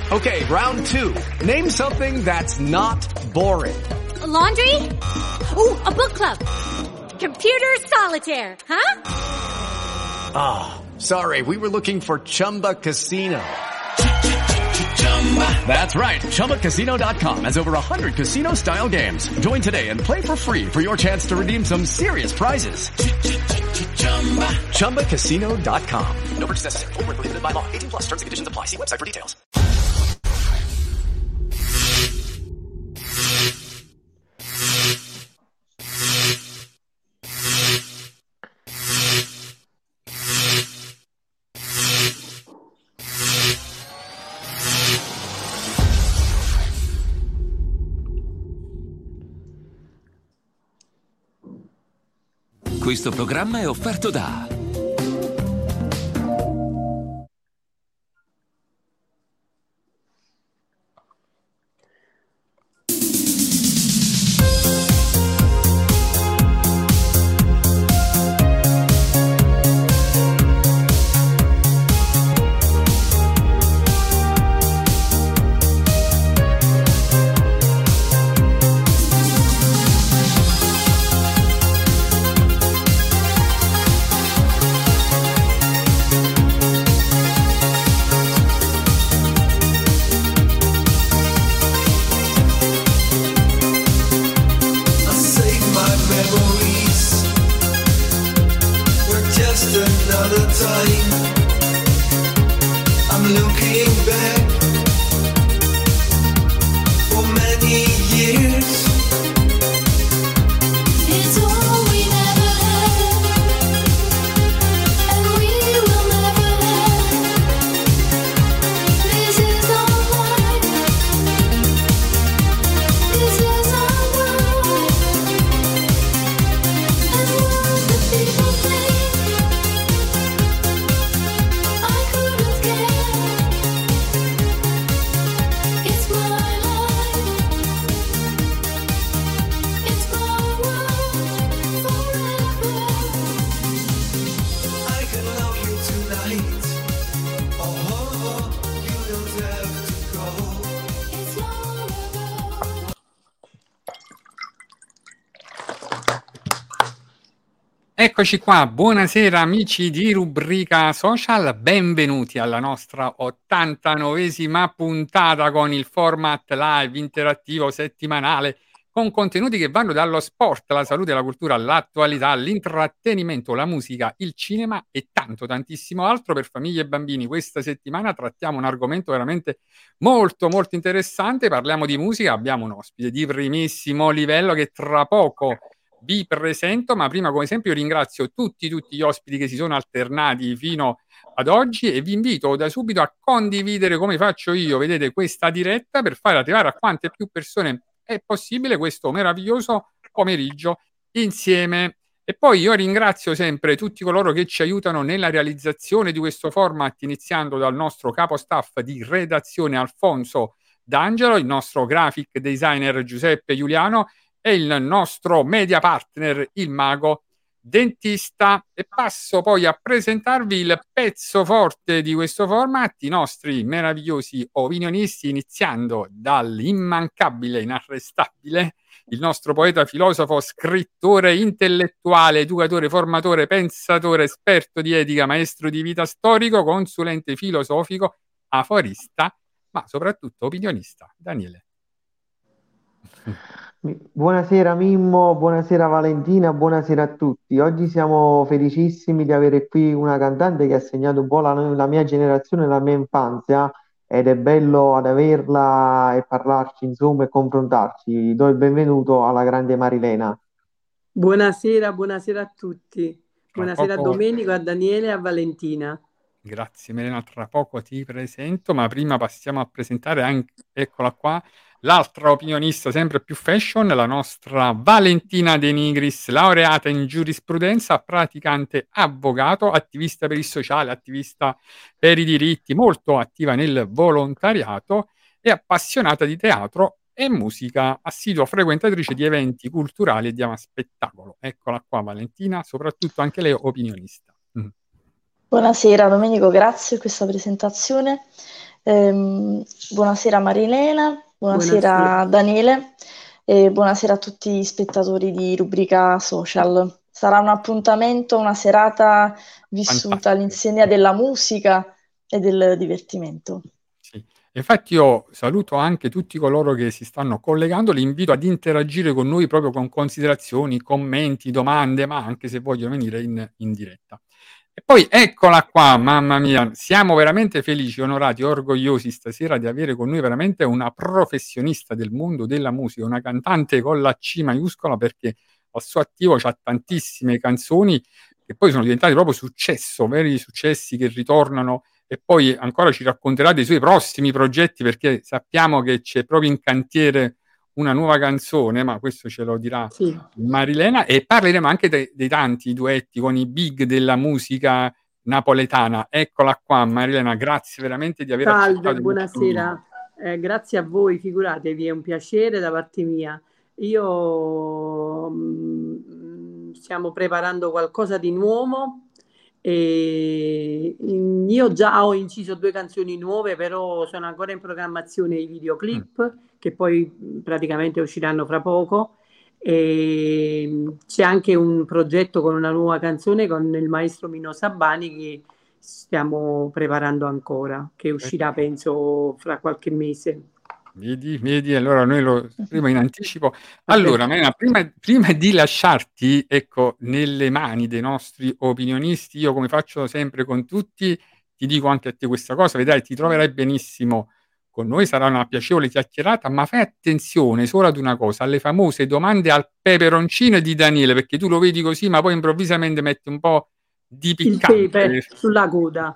Okay, round two. Name something that's not boring. A laundry? Ooh, a book club. Computer solitaire, huh? Ah, sorry, we were looking for Chumba Casino. That's right, ChumbaCasino.com has over 100 casino-style games. Join today and play for free for your chance to redeem some serious prizes. ChumbaCasino.com. No purchase necessary. Void where prohibited by law. 18 plus. Terms and conditions apply. See website for details. Questo programma è offerto da Eccoci qua, buonasera amici di Rubrica Social, benvenuti alla nostra 89esima puntata con il format live interattivo settimanale con contenuti che vanno dallo sport, alla salute, alla cultura, all'attualità, all'intrattenimento, la musica, il cinema e tanto tantissimo altro per famiglie e bambini. Questa settimana trattiamo un argomento veramente molto molto interessante, parliamo di musica, abbiamo un ospite di primissimo livello che tra poco vi presento, ma prima come sempre ringrazio tutti gli ospiti che si sono alternati fino ad oggi e vi invito da subito a condividere come faccio io, vedete, questa diretta per far arrivare a quante più persone è possibile questo meraviglioso pomeriggio insieme. E poi io ringrazio sempre tutti coloro che ci aiutano nella realizzazione di questo format, iniziando dal nostro capo staff di redazione Alfonso D'Angelo, il nostro graphic designer Giuseppe Giuliano e il nostro media partner, il mago dentista. E passo poi a presentarvi il pezzo forte di questo format, i nostri meravigliosi opinionisti, iniziando dall'immancabile, inarrestabile, il nostro poeta, filosofo, scrittore, intellettuale, educatore, formatore, pensatore, esperto di etica, maestro di vita storico, consulente filosofico, aforista, ma soprattutto opinionista, Daniele. Buonasera Mimmo, buonasera Valentina, buonasera a tutti. Oggi siamo felicissimi di avere qui una cantante che ha segnato un po' la mia generazione, la mia infanzia, ed è bello ad averla e parlarci, insomma, e confrontarci. Do il benvenuto alla grande Marilena. Buonasera a tutti. Buonasera poco... a Domenico, a Daniele e a Valentina. Grazie Melena, tra poco ti presento, ma prima passiamo a presentare anche, eccola qua, l'altra opinionista sempre più fashion, la nostra Valentina De Nigris, laureata in giurisprudenza, praticante avvocato, attivista per il sociale, attivista per i diritti, molto attiva nel volontariato e appassionata di teatro e musica, assidua frequentatrice di eventi culturali e di spettacolo. Eccola qua Valentina, soprattutto anche lei opinionista. Buonasera Domenico, grazie per questa presentazione. buonasera Marilena, buonasera Buonasera. Daniele e buonasera a tutti gli spettatori di Rubrica Social. Sarà un appuntamento, una serata vissuta Fantastico. all'insegna della musica e del divertimento. Sì. Infatti io saluto anche tutti coloro che si stanno collegando, li invito ad interagire con noi proprio con considerazioni, commenti, domande, ma anche se vogliono venire in diretta. E poi eccola qua, mamma mia, siamo veramente felici, onorati, orgogliosi stasera di avere con noi veramente una professionista del mondo della musica, una cantante con la C maiuscola, perché al suo attivo c'ha tantissime canzoni che poi sono diventate proprio successo, veri successi che ritornano, e poi ancora ci racconterà dei suoi prossimi progetti, perché sappiamo che c'è proprio in cantiere una nuova canzone, ma questo ce lo dirà Sì. Marilena, e parleremo anche dei tanti duetti con i big della musica napoletana. Eccola qua, Marilena, grazie veramente di aver Salve, accettato il nostro invito. buonasera. Grazie a voi, figuratevi, è un piacere da parte mia. Io stiamo preparando qualcosa di nuovo e io già ho inciso 2 canzoni nuove, però sono ancora in programmazione i videoclip che poi praticamente usciranno fra poco. E c'è anche un progetto con una nuova canzone con il maestro Mino Sabbani che stiamo preparando ancora, che uscirà penso fra qualche mese. Vedi, allora noi lo prima in anticipo. Allora, Marina, prima di lasciarti, ecco, nelle mani dei nostri opinionisti, io come faccio sempre con tutti, ti dico anche a te questa cosa, vedrai, ti troverai benissimo con noi, sarà una piacevole chiacchierata, ma fai attenzione solo ad una cosa, alle famose domande al peperoncino di Daniele, perché tu lo vedi così, ma poi improvvisamente metti un po' di Il piccante. pepe sulla coda.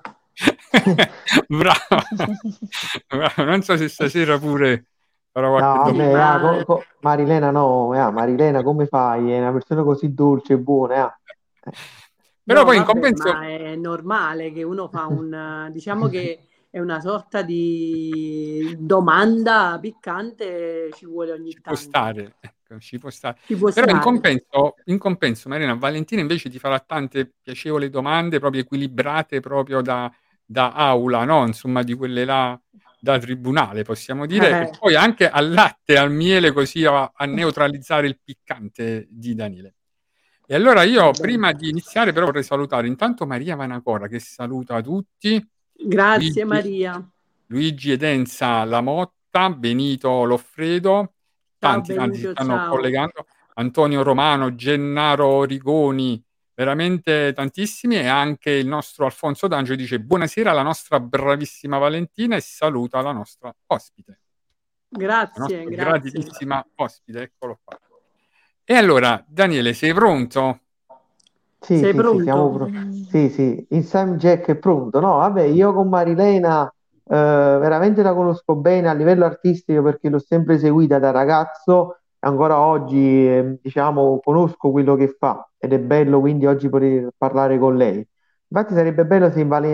Bravo, non so se stasera pure farò No, qualche vabbè, ma- Marilena no, Marilena come fai? È una persona così dolce e buona. Però No, poi in vabbè, compenso ma è normale che uno fa diciamo che è una sorta di domanda piccante, ci vuole ogni ci può tanto. stare, ecco, ci può stare. Ci può Però stare. in compenso, Marina, Valentina invece ti farà tante piacevoli domande, proprio equilibrate, proprio da aula, no? Insomma, di quelle là da tribunale, possiamo dire, e poi anche al latte, al miele, così a neutralizzare il piccante di Daniele. E allora io, prima di iniziare, però vorrei salutare intanto Maria Vanacora, che saluta tutti, Grazie Maria. Luigi Edenza Lamotta, Benito Loffredo, Ciao tanti si Benito, stanno ciao. collegando, Antonio Romano, Gennaro Rigoni, veramente tantissimi, e anche il nostro Alfonso D'Angelo dice buonasera alla nostra bravissima Valentina e saluta la nostra ospite. La Grazie, nostra grazie. graditissima ospite, eccolo qua. E allora, Daniele, sei pronto? Sì, Sei sì, sì, siamo pronto? sì, il Sam Jack è pronto. No, vabbè, io con Marilena veramente la conosco bene a livello artistico perché l'ho sempre seguita da ragazzo, ancora oggi diciamo conosco quello che fa ed è bello quindi oggi poter parlare con lei. Infatti sarebbe bello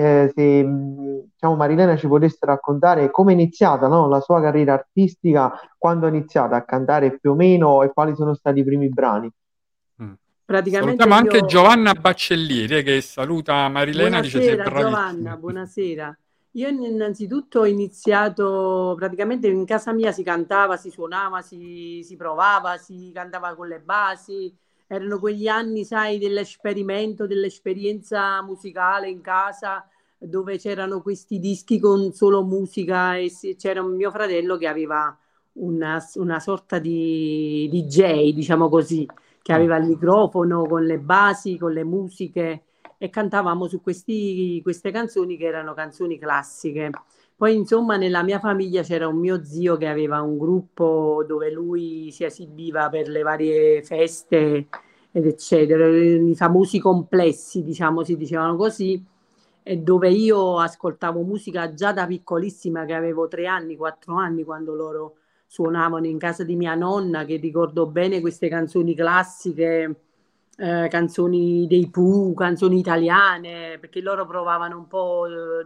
se, diciamo, Marilena ci potesse raccontare come è iniziata, no, la sua carriera artistica, quando ha iniziato a cantare più o meno e quali sono stati i primi brani. Praticamente Salutiamo anche io... Giovanna Baccellieri che saluta Marilena, dice sei Buonasera Giovanna, bravissima. buonasera. Io innanzitutto ho iniziato, praticamente in casa mia si cantava, si suonava, si provava, si cantava con le basi. Erano quegli anni, sai, dell'esperimento, dell'esperienza musicale in casa, dove c'erano questi dischi con solo musica e c'era un mio fratello che aveva una sorta di DJ, diciamo così, che aveva il microfono con le basi, con le musiche e cantavamo su queste canzoni che erano canzoni classiche. Poi, insomma, nella mia famiglia c'era un mio zio che aveva un gruppo dove lui si esibiva per le varie feste ed eccetera, i famosi complessi, diciamo, si dicevano così, e dove io ascoltavo musica già da piccolissima, che avevo 3 anni, 4 anni, quando loro suonavano in casa di mia nonna, che ricordo bene queste canzoni classiche, canzoni dei Pooh, canzoni italiane, perché loro provavano un po'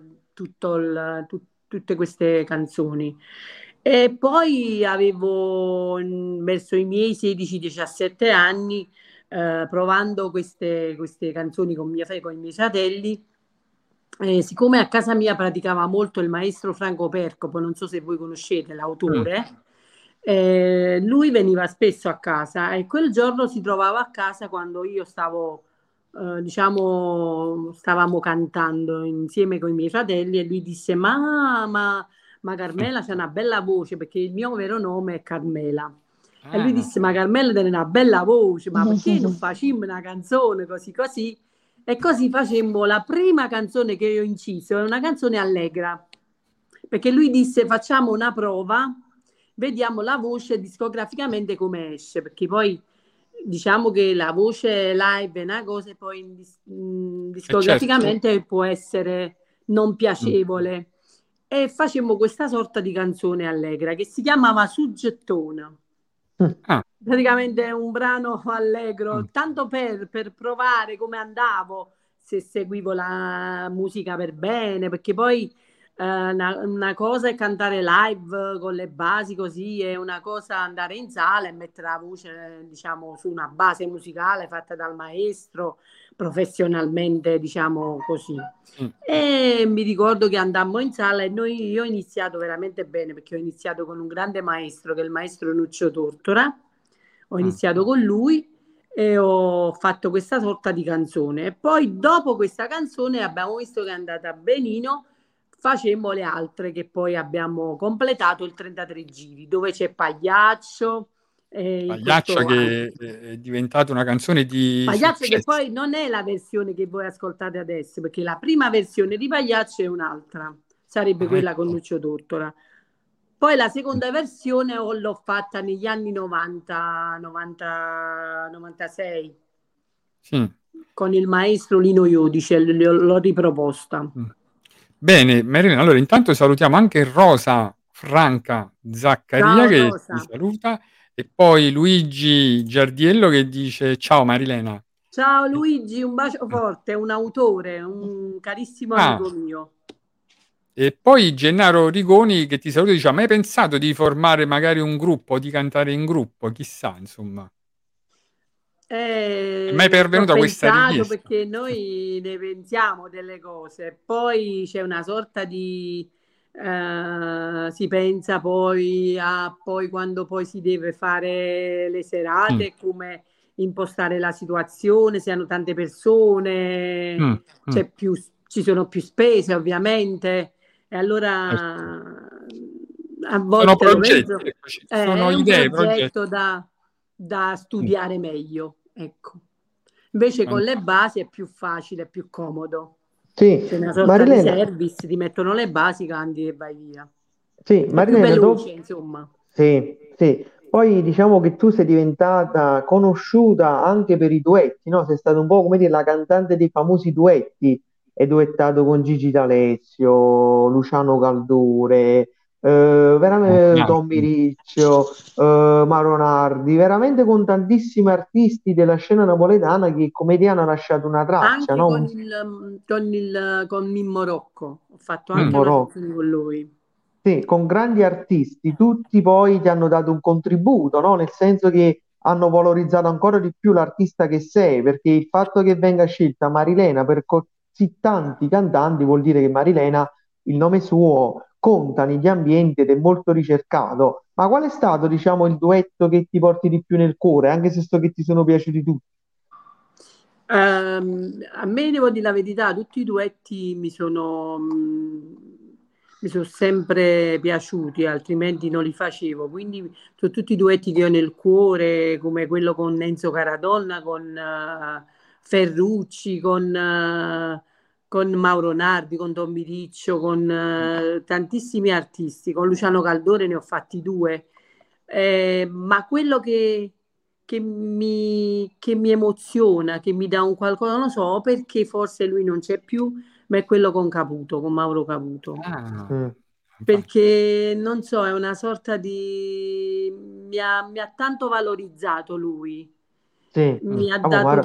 tutte queste canzoni. E poi avevo verso i miei 16-17 anni, provando queste canzoni con i miei fratelli, siccome a casa mia praticava molto il maestro Franco Percopo, non so se voi conoscete l'autore, lui veniva spesso a casa e quel giorno si trovava a casa quando io stavo, stavamo cantando insieme con i miei fratelli e lui disse: ma Carmela c'è una bella voce, perché il mio vero nome è Carmela. E lui disse: ma Carmela tiene una bella voce, ma perché non facciamo una canzone così così? E così facemmo la prima canzone che io ho inciso, è una canzone allegra, perché lui disse: facciamo una prova, vediamo la voce discograficamente come esce, perché poi diciamo che la voce live è una cosa e poi discograficamente può essere non piacevole. E facemmo questa sorta di canzone allegra che si chiamava Suggettone. Praticamente è un brano allegro, tanto per provare come andavo, se seguivo la musica per bene, perché poi una cosa è cantare live con le basi così, e una cosa andare in sala e mettere la voce, diciamo, su una base musicale fatta dal maestro professionalmente, diciamo così. E mi ricordo che andammo in sala e io ho iniziato veramente bene, perché ho iniziato con un grande maestro che è il maestro Nuccio Tortora. Ho iniziato con lui e ho fatto questa sorta di canzone, e poi dopo questa canzone abbiamo visto che è andata benino, facemmo le altre che poi abbiamo completato il 33 giri, dove c'è Pagliaccio. Pagliaccio che è diventata una canzone di Pagliaccio, successo. che poi non è la versione che voi ascoltate adesso, perché la prima versione di Pagliaccio è un'altra, sarebbe quella con Nuccio Tortora. Poi la seconda versione l'ho fatta negli anni 90, 96, con il maestro Lino Iodice, l'ho riproposta. Bene, Marilena, allora intanto salutiamo anche Rosa Franca Zaccaria. Ciao, che Rosa. Ti saluta, e poi Luigi Giardiello che dice: ciao Marilena. Ciao Luigi, un bacio forte, un autore, un carissimo amico mio. E poi Gennaro Rigoni che ti saluta e dice: ma hai pensato di formare magari un gruppo, di cantare in gruppo? Chissà, insomma. È mai pervenuta questa richiesta? Perché noi ne pensiamo delle cose, poi c'è una sorta di si pensa poi a poi quando poi si deve fare le serate, come impostare la situazione, se hanno tante persone, ci sono più spese ovviamente, e allora a volte sono progetti, sono idee, progetto da studiare meglio, ecco. Invece con le basi è più facile, è più comodo. Sì, c'è una sorta Marilena, di service, ti mettono le basi, canti e vai via. Sì, Marilena, più veloce, insomma. Sì. Poi diciamo che tu sei diventata conosciuta anche per i duetti, no? Sei stata un po' come dire la cantante dei famosi duetti. Hai duettato con Gigi D'Alessio, Luciano Caldore, veramente Tommy Riccio, Mauro Nardi, veramente con tantissimi artisti della scena napoletana che come te hanno lasciato una traccia, anche no? con Mimmo Rocco, ho fatto anche una canzone con lui. Sì, con grandi artisti, tutti poi ti hanno dato un contributo, no? Nel senso che hanno valorizzato ancora di più l'artista che sei, perché il fatto che venga scelta Marilena per così tanti cantanti vuol dire che Marilena, il nome suo, conta negli ambienti ed è molto ricercato. Ma qual è stato, diciamo, il duetto che ti porti di più nel cuore, anche se so che ti sono piaciuti tutti? A me, devo dire la verità, tutti i duetti mi sono sempre piaciuti, altrimenti non li facevo, quindi sono tutti i duetti che ho nel cuore, come quello con Enzo Caradonna, con Ferrucci, con Mauro Nardi, con Don Miriccio, con tantissimi artisti, con Luciano Caldore ne ho fatti 2, ma quello che mi emoziona, che mi dà un qualcosa, non lo so, perché forse lui non c'è più, ma è quello con Caputo, con Mauro Caputo. Perché non so, è una sorta di mi ha tanto valorizzato lui. Sì. Mi ha dato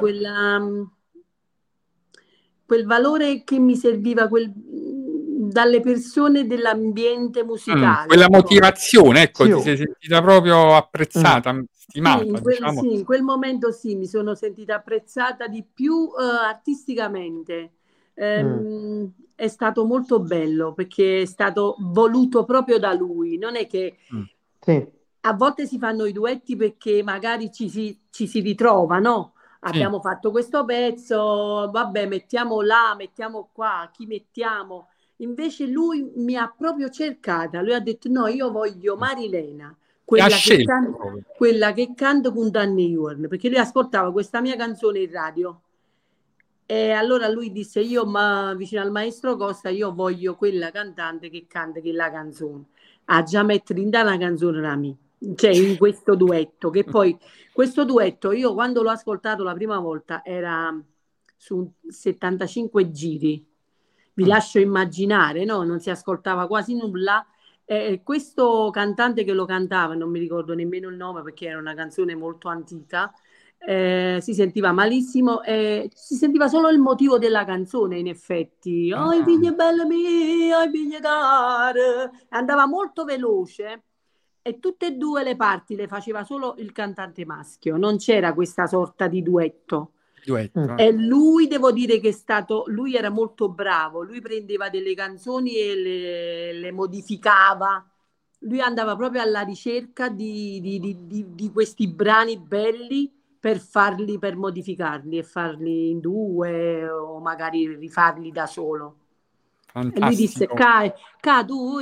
quel valore che mi serviva dalle persone dell'ambiente musicale. Quella motivazione, ecco, ti sei sentita proprio apprezzata, stimata. Sì, in quel momento sì, mi sono sentita apprezzata di più artisticamente. È stato molto bello perché è stato voluto proprio da lui. Non è che Sì, a volte si fanno i duetti perché magari ci si ritrova, no? Sì. Abbiamo fatto questo pezzo, vabbè, mettiamo là, mettiamo qua, chi mettiamo? Invece lui mi ha proprio cercata, lui ha detto no, io voglio Marilena, Ti ha quella che, scelto proprio. quella che canta con Danny Yorn, perché lui ascoltava questa mia canzone in radio. E allora lui disse, io ma vicino al maestro Costa, io voglio quella cantante che canta quella canzone. A già mettere in una canzone da me, cioè in questo duetto, che poi questo duetto io quando l'ho ascoltato la prima volta era su 75 giri, vi lascio immaginare, no? Non si ascoltava quasi nulla. Questo cantante che lo cantava, non mi ricordo nemmeno il nome perché era una canzone molto antica, si sentiva malissimo e si sentiva solo il motivo della canzone in effetti. Oh, i figli belli miei, oh, i figli care. Andava molto veloce e tutte e due le parti le faceva solo il cantante maschio, non c'era questa sorta di duetto. Duetto. E lui, devo dire che lui era molto bravo, lui prendeva delle canzoni e le modificava. Lui andava proprio alla ricerca di questi brani belli per modificarli e farli in due o magari rifarli da solo. E lui disse, Fantastico. tu,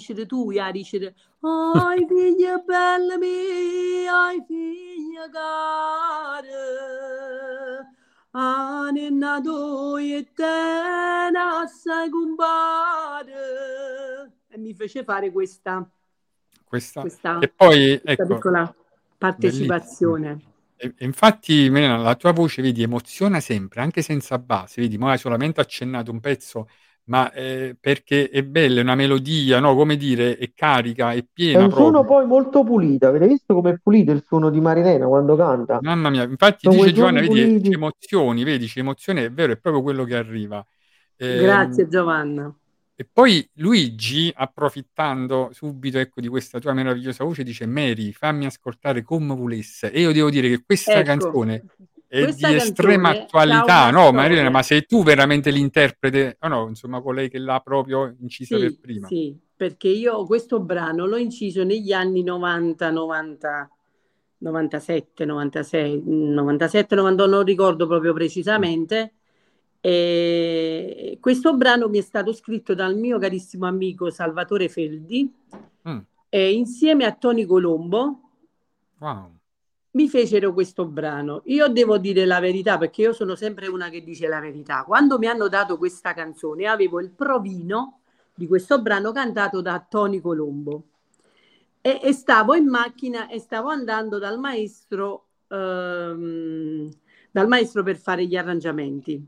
ai figli belli miei, ai figli cari, a nenna tu e te assai compare. E mi fece fare questa E poi, ecco, piccola partecipazione. bellissimo. E infatti, Milena, la tua voce, vedi, emoziona sempre, anche senza base, vedi, ma hai solamente accennato un pezzo, ma perché è bella, è una melodia, no? Come dire, è carica, è è piena un suono proprio. poi molto pulito. Avete visto com'è pulito il suono di Marilena quando canta? Mamma mia, infatti Sono dice quei Giovanna, suoni vedi, ci puliti. emozioni, vedi, ci emozioni, è vero, è proprio quello che arriva. Grazie Giovanna. E poi Luigi, approfittando subito, ecco, di questa tua meravigliosa voce, dice Mary, fammi ascoltare come volesse. E io devo dire che questa Ecco, canzone è di questa estrema canzone ha attualità, una no, Marilena? Ma storia. sei tu veramente l'interprete, o no, insomma, colei che l'ha proprio incisa per Sì, prima. sì, perché io questo brano l'ho inciso negli anni 90, 90, 97, 96, 97, 98, non ricordo proprio Mm. precisamente. E questo brano mi è stato scritto dal mio carissimo amico Salvatore Feldi Mm. e insieme a Tony Colombo Wow. mi fecero questo brano. Io devo dire la verità perché io sono sempre una che dice la verità. Quando mi hanno dato questa canzone avevo il provino di questo brano cantato da Tony Colombo e stavo in macchina e stavo andando dal maestro per fare gli arrangiamenti.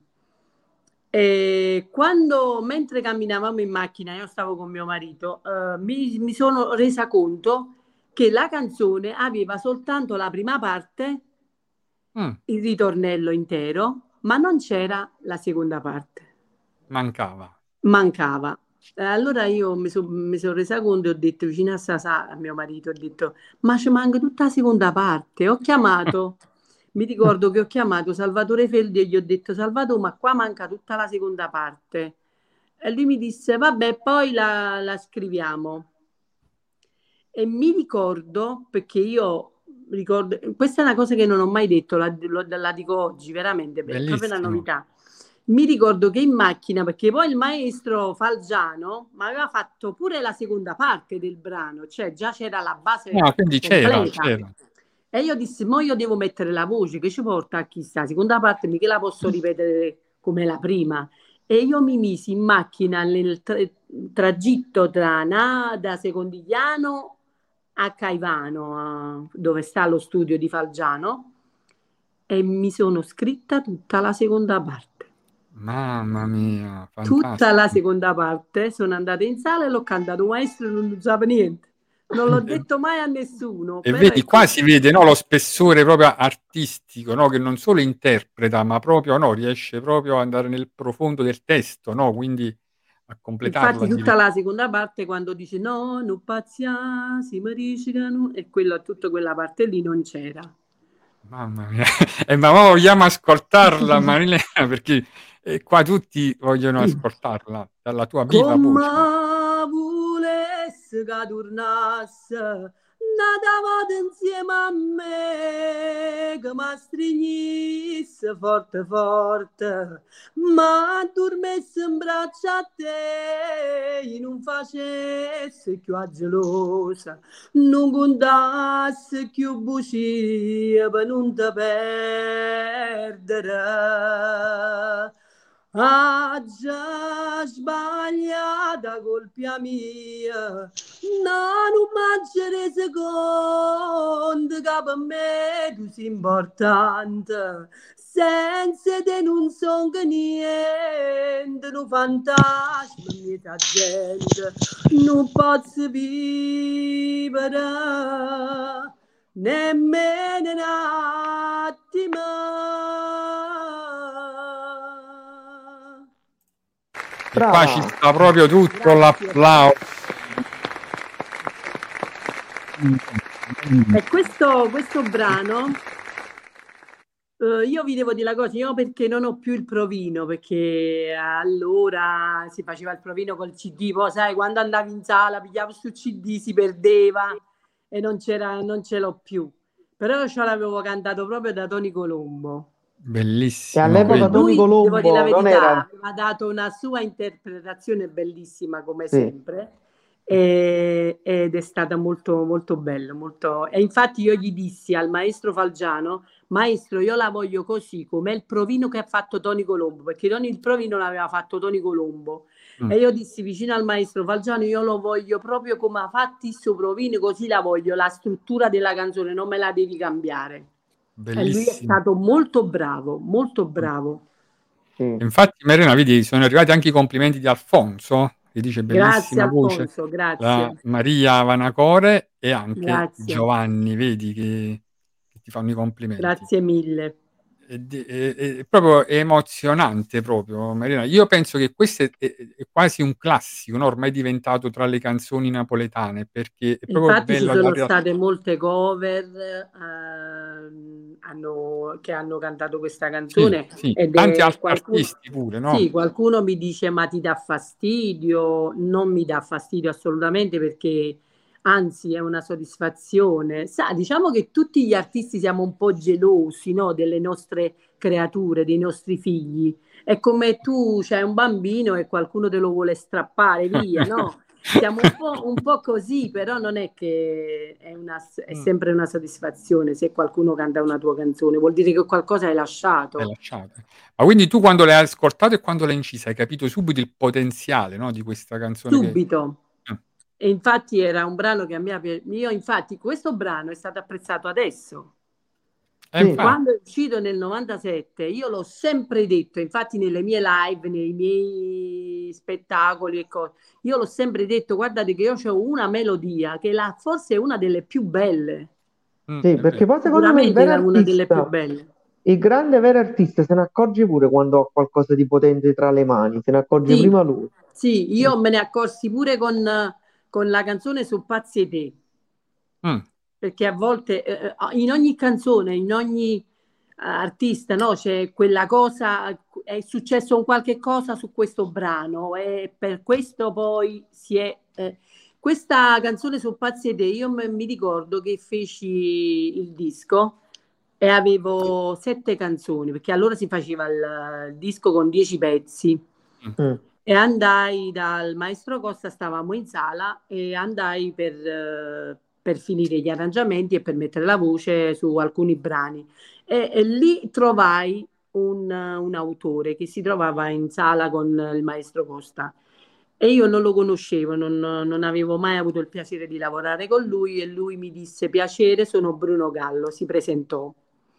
E mentre camminavamo in macchina, io stavo con mio marito, mi sono resa conto che la canzone aveva soltanto la prima parte, Mm. il ritornello intero, ma non c'era la seconda parte. Mancava. Mancava. Allora io mi sono resa conto e ho detto vicino a Sasà, a mio marito, ho detto ma ci manca tutta la seconda parte. Ho chiamato, mi ricordo che ho chiamato Salvatore Feldi e gli ho detto Salvatore, ma qua manca tutta la seconda parte. E lui mi disse vabbè, poi la scriviamo. E mi ricordo, perché io ricordo, questa è una cosa che non ho mai detto, la dico oggi, veramente, è proprio una Bellissimo. novità. Mi ricordo che in macchina, perché poi il maestro Falgiano mi aveva fatto pure la seconda parte del brano, cioè già c'era la base No, quindi c'era. completa. E io dissi, mo io devo mettere la voce, che ci porta a chissà, la seconda parte mica la posso ripetere come la prima. E io mi misi in macchina nel tragitto tra Nada, Secondigliano a Caivano, dove sta lo studio di Falgiano, e mi sono scritta tutta la seconda parte. Mamma mia, Tutta la fantastico. seconda parte sono andata in sala e l'ho cantato, maestro non usava niente. Non l'ho detto mai a nessuno, E però vedi, è qua così. si vede, no, lo spessore proprio artistico, no, che non solo interpreta, ma proprio, no, riesce proprio ad andare nel profondo del testo, no, quindi a completarlo Infatti tutta addirittura. la seconda parte quando dice no, non pazzia, si mariscano, e tutta quella parte lì non c'era. Mamma mia, ma vogliamo ascoltarla, Marilena, perché qua tutti vogliono ascoltarla dalla tua viva voce. Come volesse che tornasse, nadavate insieme a me, che mi stringisse forte forte, ma dormisse in braccio a te, e non facesse più a gelosa, non contasse più bugie per non te perdere. Ah, già sbagliata colpa mia, no, non mi rese conto che per me tu sei importante, senza te non so che niente, un fantasma mieta gente, non posso vivere nemmeno un attimo. E qua ci sta proprio tutto. Grazie. L'applauso. E questo brano, io vi devo dire la cosa, io perché non ho più il provino, perché allora si faceva il provino col CD, poi sai, quando andavi in sala, pigliavo sul CD, si perdeva e non ce l'ho più. Però io ce l'avevo cantato proprio da Tony Colombo. Bellissimo. E all'epoca Tony Lui, devo dire la Colombo non verità, era... aveva dato una sua interpretazione bellissima come Sì. sempre ed è stata molto, molto bello. Molto... E infatti io gli dissi al maestro Falgiano, maestro, io la voglio così, come il provino che ha fatto Tony Colombo, perché il provino l'aveva fatto Tony Colombo. E io dissi vicino al maestro Falgiano, io lo voglio proprio come ha fatto il suo provino, così la voglio, la struttura della canzone, non me la devi cambiare. Bellissimo. E lui è stato molto bravo, molto bravo. Sì. Infatti, Marina, vedi, sono arrivati anche i complimenti di Alfonso, che dice Grazie bellissima voce. Alfonso, grazie. La Maria Vanacore e anche Grazie. Giovanni, vedi che ti fanno i complimenti. Grazie mille. È proprio emozionante proprio, Marina. Io penso che questo è quasi un classico, no? Ormai è diventato tra le canzoni napoletane, perché è proprio Infatti bello ci sono dare... state molte cover che hanno cantato questa canzone. Sì, ed tanti è altri qualcuno, artisti pure, no? sì, qualcuno mi dice ma ti dà fastidio? Non mi dà fastidio assolutamente, perché anzi è una soddisfazione. Diciamo che tutti gli artisti siamo un po' gelosi, no? Delle nostre creature, dei nostri figli. È come tu c'hai un bambino e qualcuno te lo vuole strappare via, no? Siamo un po' così, però non è che è sempre una soddisfazione se qualcuno canta una tua canzone, vuol dire che qualcosa hai lasciato. Hai lasciato. Ma quindi tu quando l'hai ascoltato e quando l'hai incisa hai capito subito il potenziale, no, di questa canzone? Subito. E infatti era un brano che a me io infatti questo brano è stato apprezzato adesso. Quando è uscito nel 97 io l'ho sempre detto, infatti nelle mie live, nei miei spettacoli e cose, io l'ho sempre detto, guardate che io ho una melodia che forse è una delle più belle. Sì, perché poi secondo me il vero era una delle più artista, belle. il grande vero artista se ne accorge pure quando ha qualcosa di potente tra le mani, se ne accorge prima lui. Sì, io me ne accorsi pure con la canzone su Pazzi e te. Perché a volte in ogni canzone, in ogni artista, no, c'è quella cosa, è successo un qualche cosa su questo brano e per questo poi si è... questa canzone su Pazzi e te, io mi ricordo che feci il disco e avevo 7 canzoni, perché allora si faceva il disco con 10 pezzi. E andai dal maestro Costa, stavamo in sala e andai per finire gli arrangiamenti e per mettere la voce su alcuni brani e lì trovai un autore che si trovava in sala con il maestro Costa e io non lo conoscevo, non avevo mai avuto il piacere di lavorare con lui e lui mi disse: piacere, sono Bruno Gallo, si presentò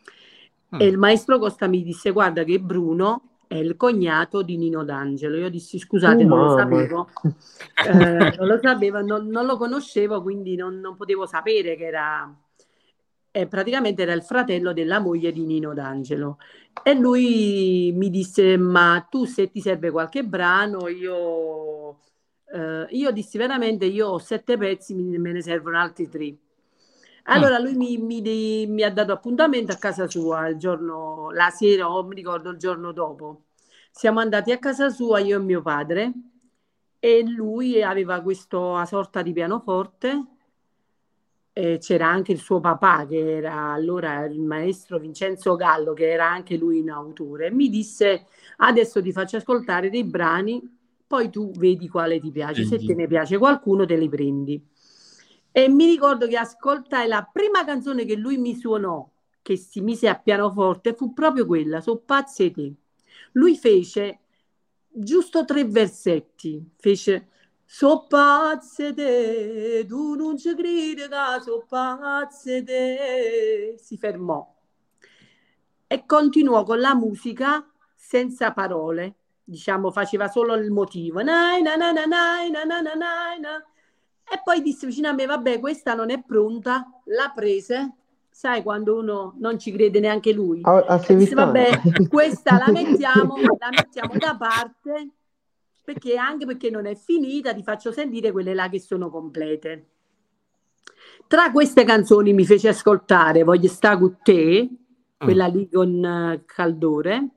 e il maestro Costa mi disse: guarda che Bruno è il cognato di Nino D'Angelo. Io dissi: scusate, non lo sapevo, non lo conoscevo, quindi non potevo sapere che era praticamente era il fratello della moglie di Nino D'Angelo. E lui mi disse: ma tu, se ti serve qualche brano, io dissi veramente, io ho 7 pezzi, me ne servono altri 3. Allora lui mi ha dato appuntamento a casa sua la sera, o mi ricordo il giorno dopo. Siamo andati a casa sua, io e mio padre, e lui aveva questa sorta di pianoforte. E c'era anche il suo papà, che era allora il maestro Vincenzo Gallo, che era anche lui un autore. Mi disse: adesso ti faccio ascoltare dei brani, poi tu vedi quale ti piace. Se te ne piace qualcuno, te li prendi. E mi ricordo che ascoltai la prima canzone che lui mi suonò, che si mise a pianoforte, fu proprio quella, So pazze te. Lui fece giusto 3 versetti, fece: so pazze te, tu non ci credi che so pazze te. Si fermò e continuò con la musica senza parole, diciamo, faceva solo il motivo. Nai, na, na, na, nai, na, na, na, nai, na. E poi disse vicino a me: vabbè, questa non è pronta. La prese, sai, quando uno non ci crede neanche lui, e disse: vabbè, questa la mettiamo da parte, perché non è finita, ti faccio sentire quelle là che sono complete. Tra queste canzoni mi fece ascoltare Voglio sta con te, quella lì con Caldore.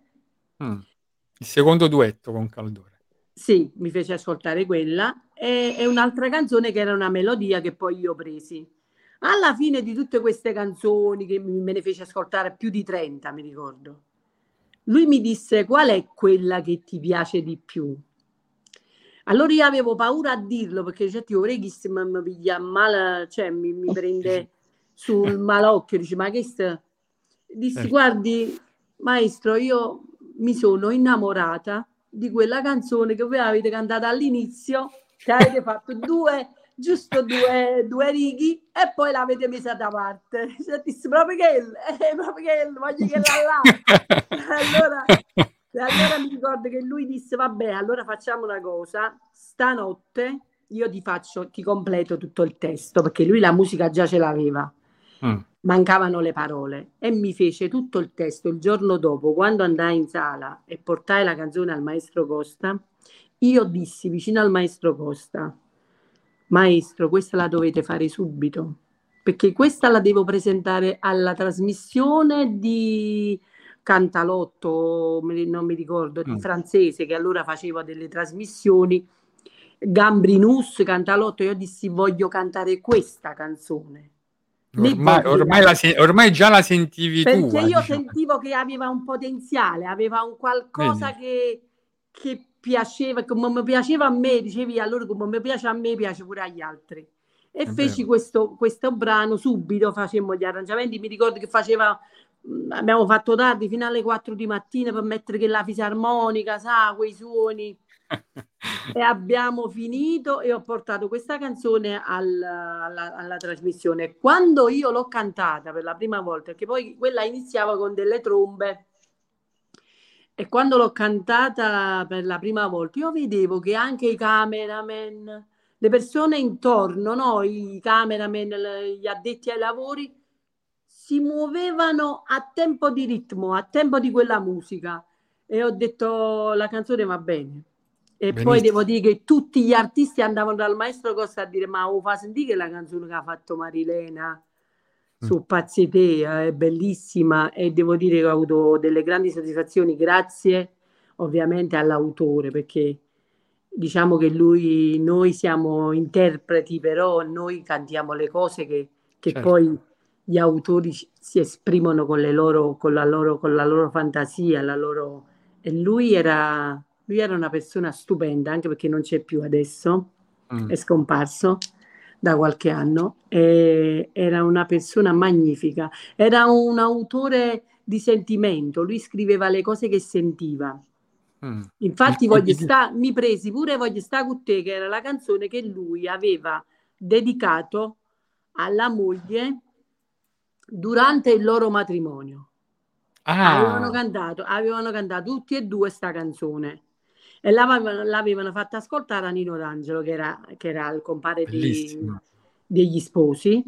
Il secondo duetto con Caldore. Sì, mi fece ascoltare quella e un'altra canzone che era una melodia che poi io presi. Alla fine di tutte queste canzoni, che me ne fece ascoltare più di 30, mi ricordo, lui mi disse: qual è quella che ti piace di più? Allora io avevo paura a dirlo, perché certi orecchi mi piglia male, cioè mi prende sul malocchio, dice: ma che sta? Dissi: guardi maestro, io mi sono innamorata di quella canzone che voi avete cantato all'inizio, che avete fatto giusto due righe e poi l'avete messa da parte. Dissi: proprio che voglio che là. Allora mi ricordo che lui disse: vabbè, allora facciamo una cosa, stanotte io ti completo tutto il testo, perché lui la musica già ce l'aveva. Mancavano le parole, e mi fece tutto il testo. Il giorno dopo, quando andai in sala e portai la canzone al maestro Costa, io dissi vicino al maestro Costa: maestro, questa la dovete fare subito, perché questa la devo presentare alla trasmissione di Cantalotto, non mi ricordo, di francese, che allora faceva delle trasmissioni, Gambrinus, Cantalotto. Io dissi: voglio cantare questa canzone. Ormai già la sentivi tu. Perché io sentivo che aveva un potenziale, aveva un qualcosa che piaceva, come mi piaceva a me, dicevi, allora come mi piace a me, piace pure agli altri. E feci questo brano, subito facemmo gli arrangiamenti. Mi ricordo che abbiamo fatto tardi, fino alle 4 di mattina, per mettere che la fisarmonica, quei suoni. E abbiamo finito e ho portato questa canzone alla trasmissione. Quando io l'ho cantata per la prima volta, perché poi quella iniziava con delle trombe, e quando l'ho cantata per la prima volta io vedevo che anche i cameraman, le persone intorno, no? I cameraman, gli addetti ai lavori, si muovevano a tempo di ritmo, a tempo di quella musica, e ho detto: la canzone va bene. E benissimo. Poi devo dire che tutti gli artisti andavano dal maestro Costa a dire: ma fa sentire che la canzone che ha fatto Marilena su Pazzi te è bellissima. E devo dire che ho avuto delle grandi soddisfazioni, grazie ovviamente all'autore, perché diciamo che noi siamo interpreti, però noi cantiamo le cose che certo. Poi gli autori si esprimono con la loro fantasia, e lui era una persona stupenda, anche perché non c'è più adesso, è scomparso da qualche anno, e era una persona magnifica, era un autore di sentimento, lui scriveva le cose che sentiva. Infatti mi presi pure Voglio sta con te, che era la canzone che lui aveva dedicato alla moglie durante il loro matrimonio. Avevano cantato tutti e due sta canzone, e l'avevano fatta ascoltare a Nino D'Angelo, che era il compare degli sposi,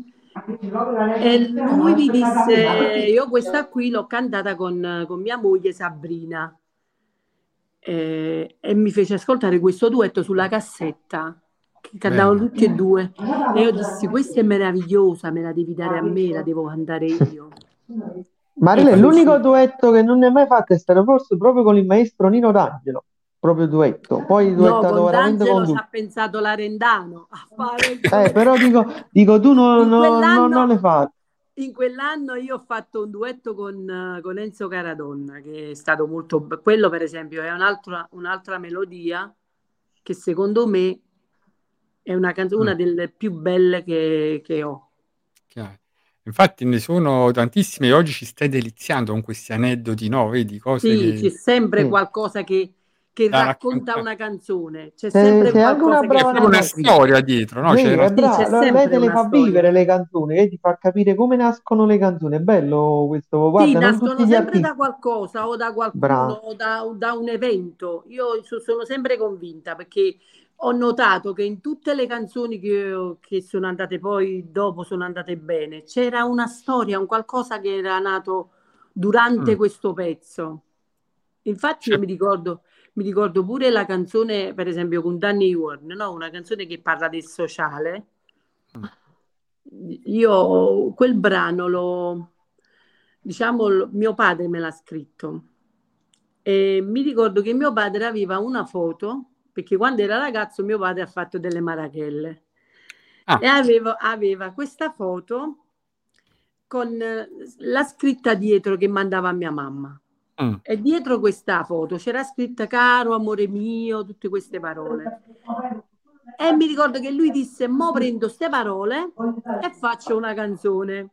e lui mi disse: io questa qui l'ho cantata con mia moglie Sabrina, e mi fece ascoltare questo duetto sulla cassetta, che cantavano Bello. tutti e due. E io dissi, questa è meravigliosa, me la devi dare a me, la devo cantare io. E Marilè, l'unico feci, duetto che non ne hai mai fatto è stato forse proprio con il maestro Nino D'Angelo, proprio duetto. Poi hai no, duettato con veramente con D'Angelo ci tutti. ha pensato l'Arendano a fare il duetto. Però dico tu In non le quell'anno, fai. in quell'anno io ho fatto un duetto con Enzo Caradonna, che è stato molto quello per esempio è un'altra melodia che secondo me è una Mm, delle più belle che ho. chiaro. Infatti ne sono tantissime e oggi ci stai deliziando con questi aneddoti, no? Vedi, cose Sì, c'è che sempre Sì. qualcosa che da racconta raccontare. una canzone, c'è Sei, sempre sei anche una qualcosa che C'è brava proprio una racconta. narratrice. storia dietro, no? C'è Sì, una è Sì, c'è brava. Lei sempre te le una fa storia. vivere le canzoni, lei ti fa capire come nascono le canzoni. È bello questo. Sì, Guarda, non tutti nascono gli sempre da artisti. qualcosa o da qualcuno Bravo. o da un evento. Io sono sempre convinta perché ho notato che in tutte le canzoni che sono andate poi dopo sono andate bene, c'era una storia, un qualcosa che era nato durante Mm, questo pezzo. Infatti io c'è- mi ricordo pure la canzone, per esempio, con Danny Warren, no? Una canzone che parla del sociale. mm, Io quel brano diciamo, mio padre me l'ha scritto e mi ricordo che mio padre aveva una foto, perché quando era ragazzo mio padre ha fatto delle marachelle e ah, aveva questa foto con la scritta dietro che mandava a mia mamma. mm, E dietro questa foto c'era scritta caro amore mio, tutte queste parole. E mi ricordo che lui disse: Mo prendo queste parole e faccio una canzone.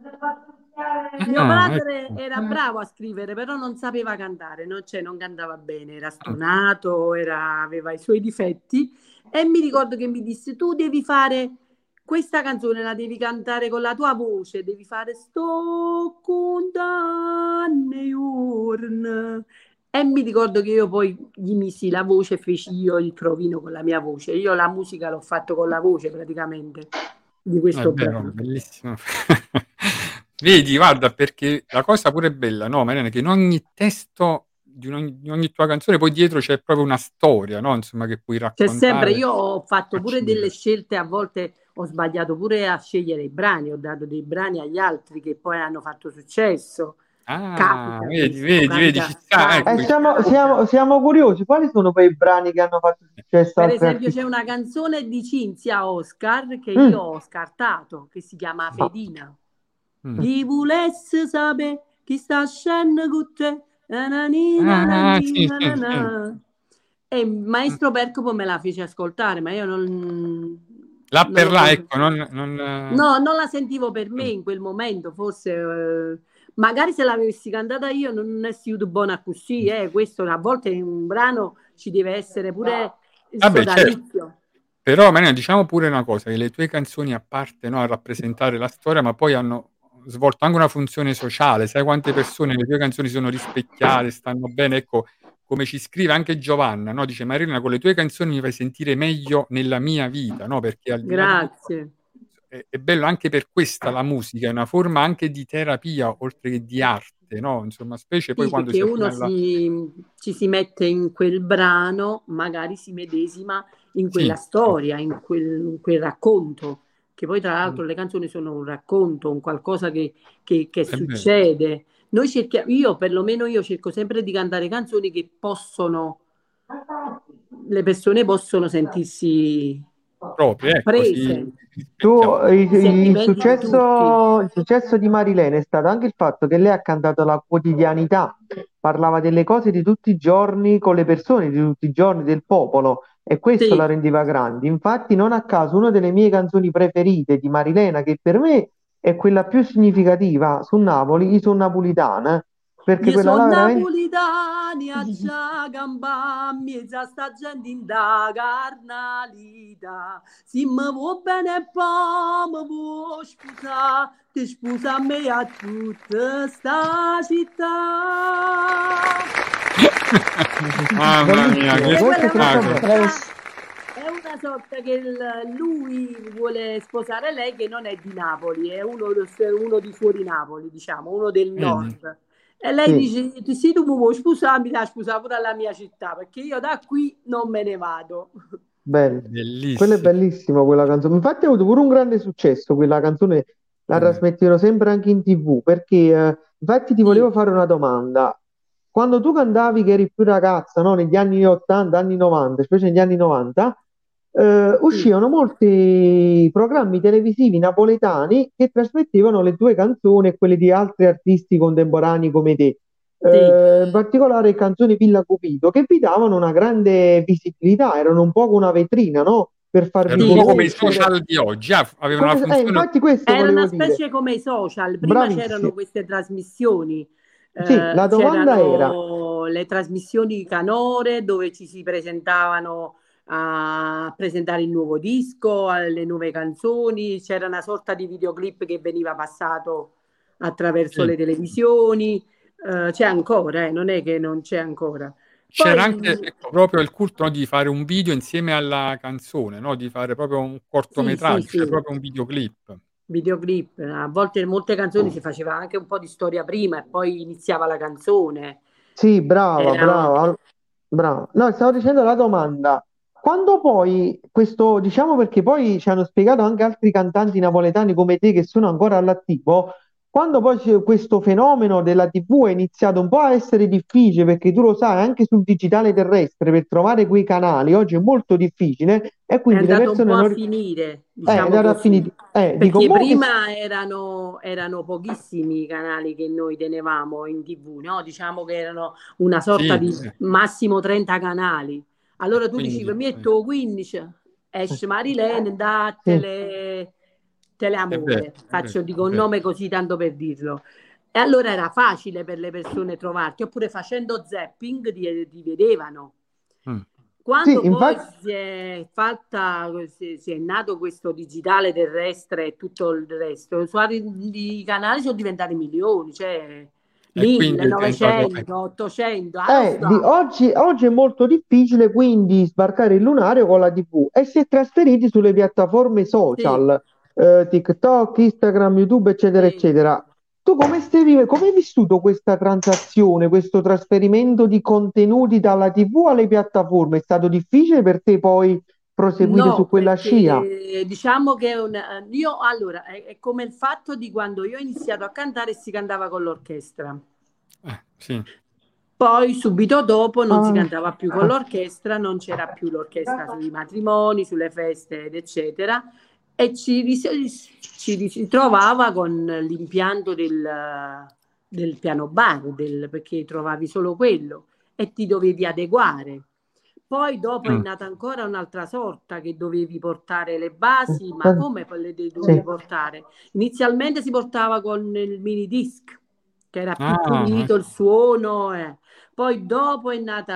Mio padre ecco. era bravo a scrivere, però non sapeva cantare, no? Cioè, non cantava bene, era stonato, aveva i suoi difetti. E mi ricordo che mi disse: Tu devi fare questa canzone, la devi cantare con la tua voce, devi fare sto con danne urn. E mi ricordo che io poi gli misi la voce, feci io il provino con la mia voce. Io la musica l'ho fatto con la voce praticamente di È questo vero, brano. bellissimo. Vedi, guarda, perché la cosa pure bella, no, Mariana, che in ogni testo di ogni tua canzone poi dietro c'è proprio una storia, no? Insomma, che puoi C'è sempre, raccontare, io ho fatto farci pure delle vedere. scelte, a volte ho sbagliato pure a scegliere i brani, ho dato dei brani agli altri che poi hanno fatto successo. Ah, Capita vedi, questo, vedi, vedi, ci sta, ecco, capita, capita. Siamo curiosi, quali sono quei brani che hanno fatto successo a Per altri esempio c'è artisti? una canzone di Cinzia Oscar che io Mm, ho scartato, che si chiama Fedina. mm. Chi volesse sapere chi sta scendendo con te, na na ni na na Ah, ni sì, na na sì, sì. na. E il Mm. maestro Percopo me la fece ascoltare, ma io Là non per lo là, potevo. ecco, No, non la sentivo per me mm. in quel momento, forse magari se l'avessi cantata io non è sido buona così, questo a volte in un brano ci deve essere pure il Vabbè, certo. sodalizio. Però, Mariana, diciamo pure una cosa, che le tue canzoni, a parte, no, a rappresentare la storia, ma poi hanno svolto anche una funzione sociale. Sai quante persone le tue canzoni sono rispecchiate, stanno bene? Ecco, come ci scrive anche Giovanna, no? Dice, Marilena, con le tue canzoni mi fai sentire meglio nella mia vita, no? Perché al di là di tutto Grazie. è bello anche per questa la musica, è una forma anche di terapia, oltre che di arte, no? Insomma, specie poi Sì, quando perché si uno affina alla... ci si mette in quel brano, magari si medesima in quella Sì, sì. storia, in quel racconto, che poi tra Mm, l'altro le canzoni sono un racconto, un qualcosa che è vero. succede. Io perlomeno io cerco sempre di cantare canzoni che le persone possono sentirsi Proprio, ecco, prese, si rispecchia Tu, un po'. i sentimenti di tutti. il successo di Marilena è stato anche il fatto che lei ha cantato la quotidianità, parlava delle cose di tutti i giorni con le persone di tutti i giorni del popolo e questo la Sì, rendeva grande. Infatti, non a caso, una delle mie canzoni preferite di Marilena, che per me è quella più significativa su Napoli, Io sono napolitana, perché io quella sono là veramente napolitani a Giacamba, mezza sta gente in da carnalità. Se mi vuoi bene poi mi vuoi sposare, ti sposa a me a tutta sta città. Mamma mia, bellissimo, che E questo quella è troppo spettacolo! bello. Bravissimo. è una sorta che lui vuole sposare lei che non è di Napoli, è uno di fuori Napoli, diciamo, uno del Vedi? nord. E lei Sì. dice, sì, tu mi vuoi sposare, mi dai sposare pure alla mia città, perché io da qui non me ne vado. bello. Quella è Bellissimo. bellissima quella canzone. Infatti ha avuto pure un grande successo quella canzone, la Come? trasmettevano sempre anche in TV, perché infatti ti Sì, volevo fare una domanda. Quando tu cantavi che eri più ragazza, no? Negli anni 80, anni 90, specie negli anni 90, sì, uscivano molti programmi televisivi napoletani che trasmettevano le tue canzoni e quelle di altri artisti contemporanei come te. sì. In particolare canzoni Villa Cupido, che vi davano una grande visibilità, erano un po' una vetrina, no? Per farvi Era un Sì, po' come i conoscere. social di oggi, avevano la funzione. Infatti questo era una volevo dire. specie come i social. Prima c'erano Bravissimi. queste trasmissioni, Sì, la domanda era, c'erano le trasmissioni canore dove ci si presentavano a presentare il nuovo disco, le nuove canzoni, c'era una sorta di videoclip che veniva passato attraverso Sì. le televisioni, c'è ancora, non è che non c'è ancora. C'era anche, Poi ecco, proprio il culto, no, di fare un video insieme alla canzone, no, di fare proprio un sì, sì, cortometraggio, cioè sì. proprio un videoclip. Videoclip, a volte molte canzoni si faceva anche un po' di storia prima e poi iniziava la canzone. sì, brava, Era- brava, brava. No, stavo dicendo la domanda. Quando poi questo, diciamo perché poi ci hanno spiegato anche altri cantanti napoletani come te che sono ancora all'attivo, quando poi questo fenomeno della TV è iniziato un po' a essere difficile, perché tu lo sai, anche sul digitale terrestre per trovare quei canali oggi è molto difficile e È quindi le andato un po' persone a non... finire, È diciamo andata a così, finire. Dico, perché mo che... prima erano pochissimi i canali che noi tenevamo in TV, no? Diciamo che erano una sorta Sì, di massimo 30 canali. Allora tu dicevi, quindi mi metto 15, esce Marilene, da Sì, è vero, teleamore, è vero, dico è un vero. nome così tanto per dirlo. E allora era facile per le persone trovarti, oppure facendo zapping ti vedevano. Mh. Quando sì, poi infatti... si è nato questo digitale terrestre e tutto il resto, i canali sono diventati milioni, cioè E quindi 1000, è diventato 900, 800, lo so. oggi è molto difficile quindi sbarcare il lunario con la TV e si è trasferiti sulle piattaforme Sì, social, TikTok, Instagram, YouTube, eccetera, sì. eccetera. Tu come hai vissuto questa transazione, questo trasferimento di contenuti dalla TV alle piattaforme? È stato difficile per te poi proseguire su No, quella scia? perché diciamo che io allora è come il fatto di quando io ho iniziato a cantare e si cantava con l'orchestra. Sì. Poi subito dopo non si Ah, cantava più con l'orchestra, non c'era più l'orchestra sui matrimoni, sulle feste, ed eccetera, e ci si trovava con l'impianto del piano bar, perché trovavi solo quello e ti dovevi adeguare. Poi dopo è Mh. nata ancora un'altra sorta che dovevi portare le basi, ma ah, come le dovevi sì. portare? Inizialmente si portava con il mini disc, che era più Ah, pulito il ecco. suono. Poi dopo è nata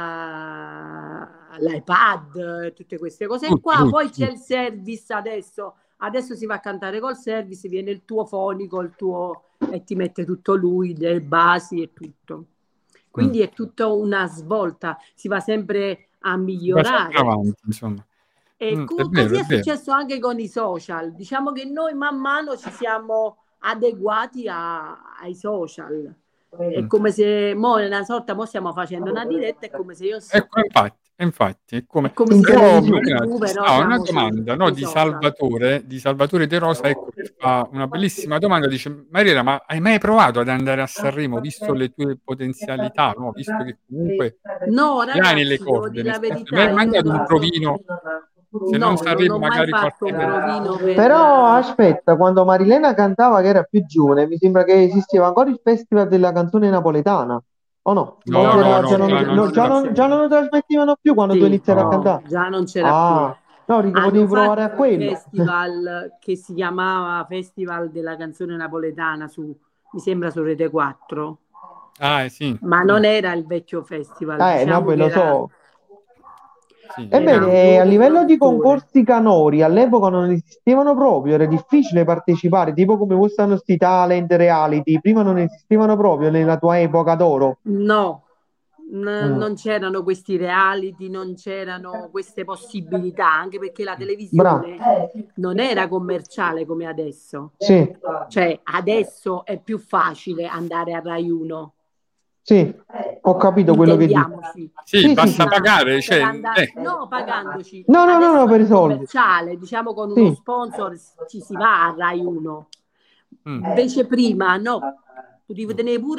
l'iPad, tutte queste cose Tutti, qua. tutti, Poi c'è tutti. il service adesso. Adesso si va a cantare col service, viene il tuo fonico, il tuo, e ti mette tutto lui, le basi e tutto. Mh. Quindi è tutta una svolta, si va sempre a Si va sempre migliorare. avanti, insomma. E È così vero, è è vero. successo anche con i social. Diciamo che noi man mano ci siamo adeguati ai social. È Mh. come se, mo, è una sorta, mo stiamo facendo una diretta, è come se io Ecco, infatti, è come è come In se io però fossi in televisione. Marina, TV, ci però sta una siamo domanda, no, sui social. Di Salvatore De Rosa, ecco, che fa una bellissima domanda, dice: "Mariela, ma hai mai provato ad andare a Sanremo, visto le tue potenzialità, no, visto che comunque No, ce le hai nelle ragazzi, devo corde, dire nel la senso, hai verità, mai io mandato un non so. provino, se non No, non Sanremo ho mai magari fatto un qualche provino per... Però aspetta, quando Marilena cantava che era più giovane, mi sembra che esisteva ancora il Festival della canzone napoletana, o no? O no, No, no, c'era, non no, già c'era, non no, ce non l'ha più. già non c'era. lo trasmettevano più quando tu Sì, iniziavi a no, cantare? già non c'era più. Ah, no, dico, Hanno potevi provare a fatto un quello. festival che si chiamava Festival della canzone napoletana mi sembra su Rete 4, Sì, ma non era il vecchio festival, No, diciamo beh, che lo so. sì, è era vero. un Ebbene, a nuovo livello di produttore. concorsi canori, all'epoca non esistevano proprio, era difficile partecipare, tipo come questi sti talent reality, prima non esistevano proprio nella tua epoca d'oro. No, Mm. non c'erano questi reality, non c'erano queste possibilità, anche perché la Bravo, televisione non era commerciale come adesso. sì. Cioè, adesso è più facile andare a Rai 1. Sì, ho capito quello che dici. Intendiamoci. Sì, Sì, sì, basta sì. pagare, Per cioè, no, pagandoci. No, no, no, Adesso no, per è i soldi. commerciale, diciamo con uno Sì. sponsor ci si va a Rai 1. Mm. Invece prima no, tu devi tenere pure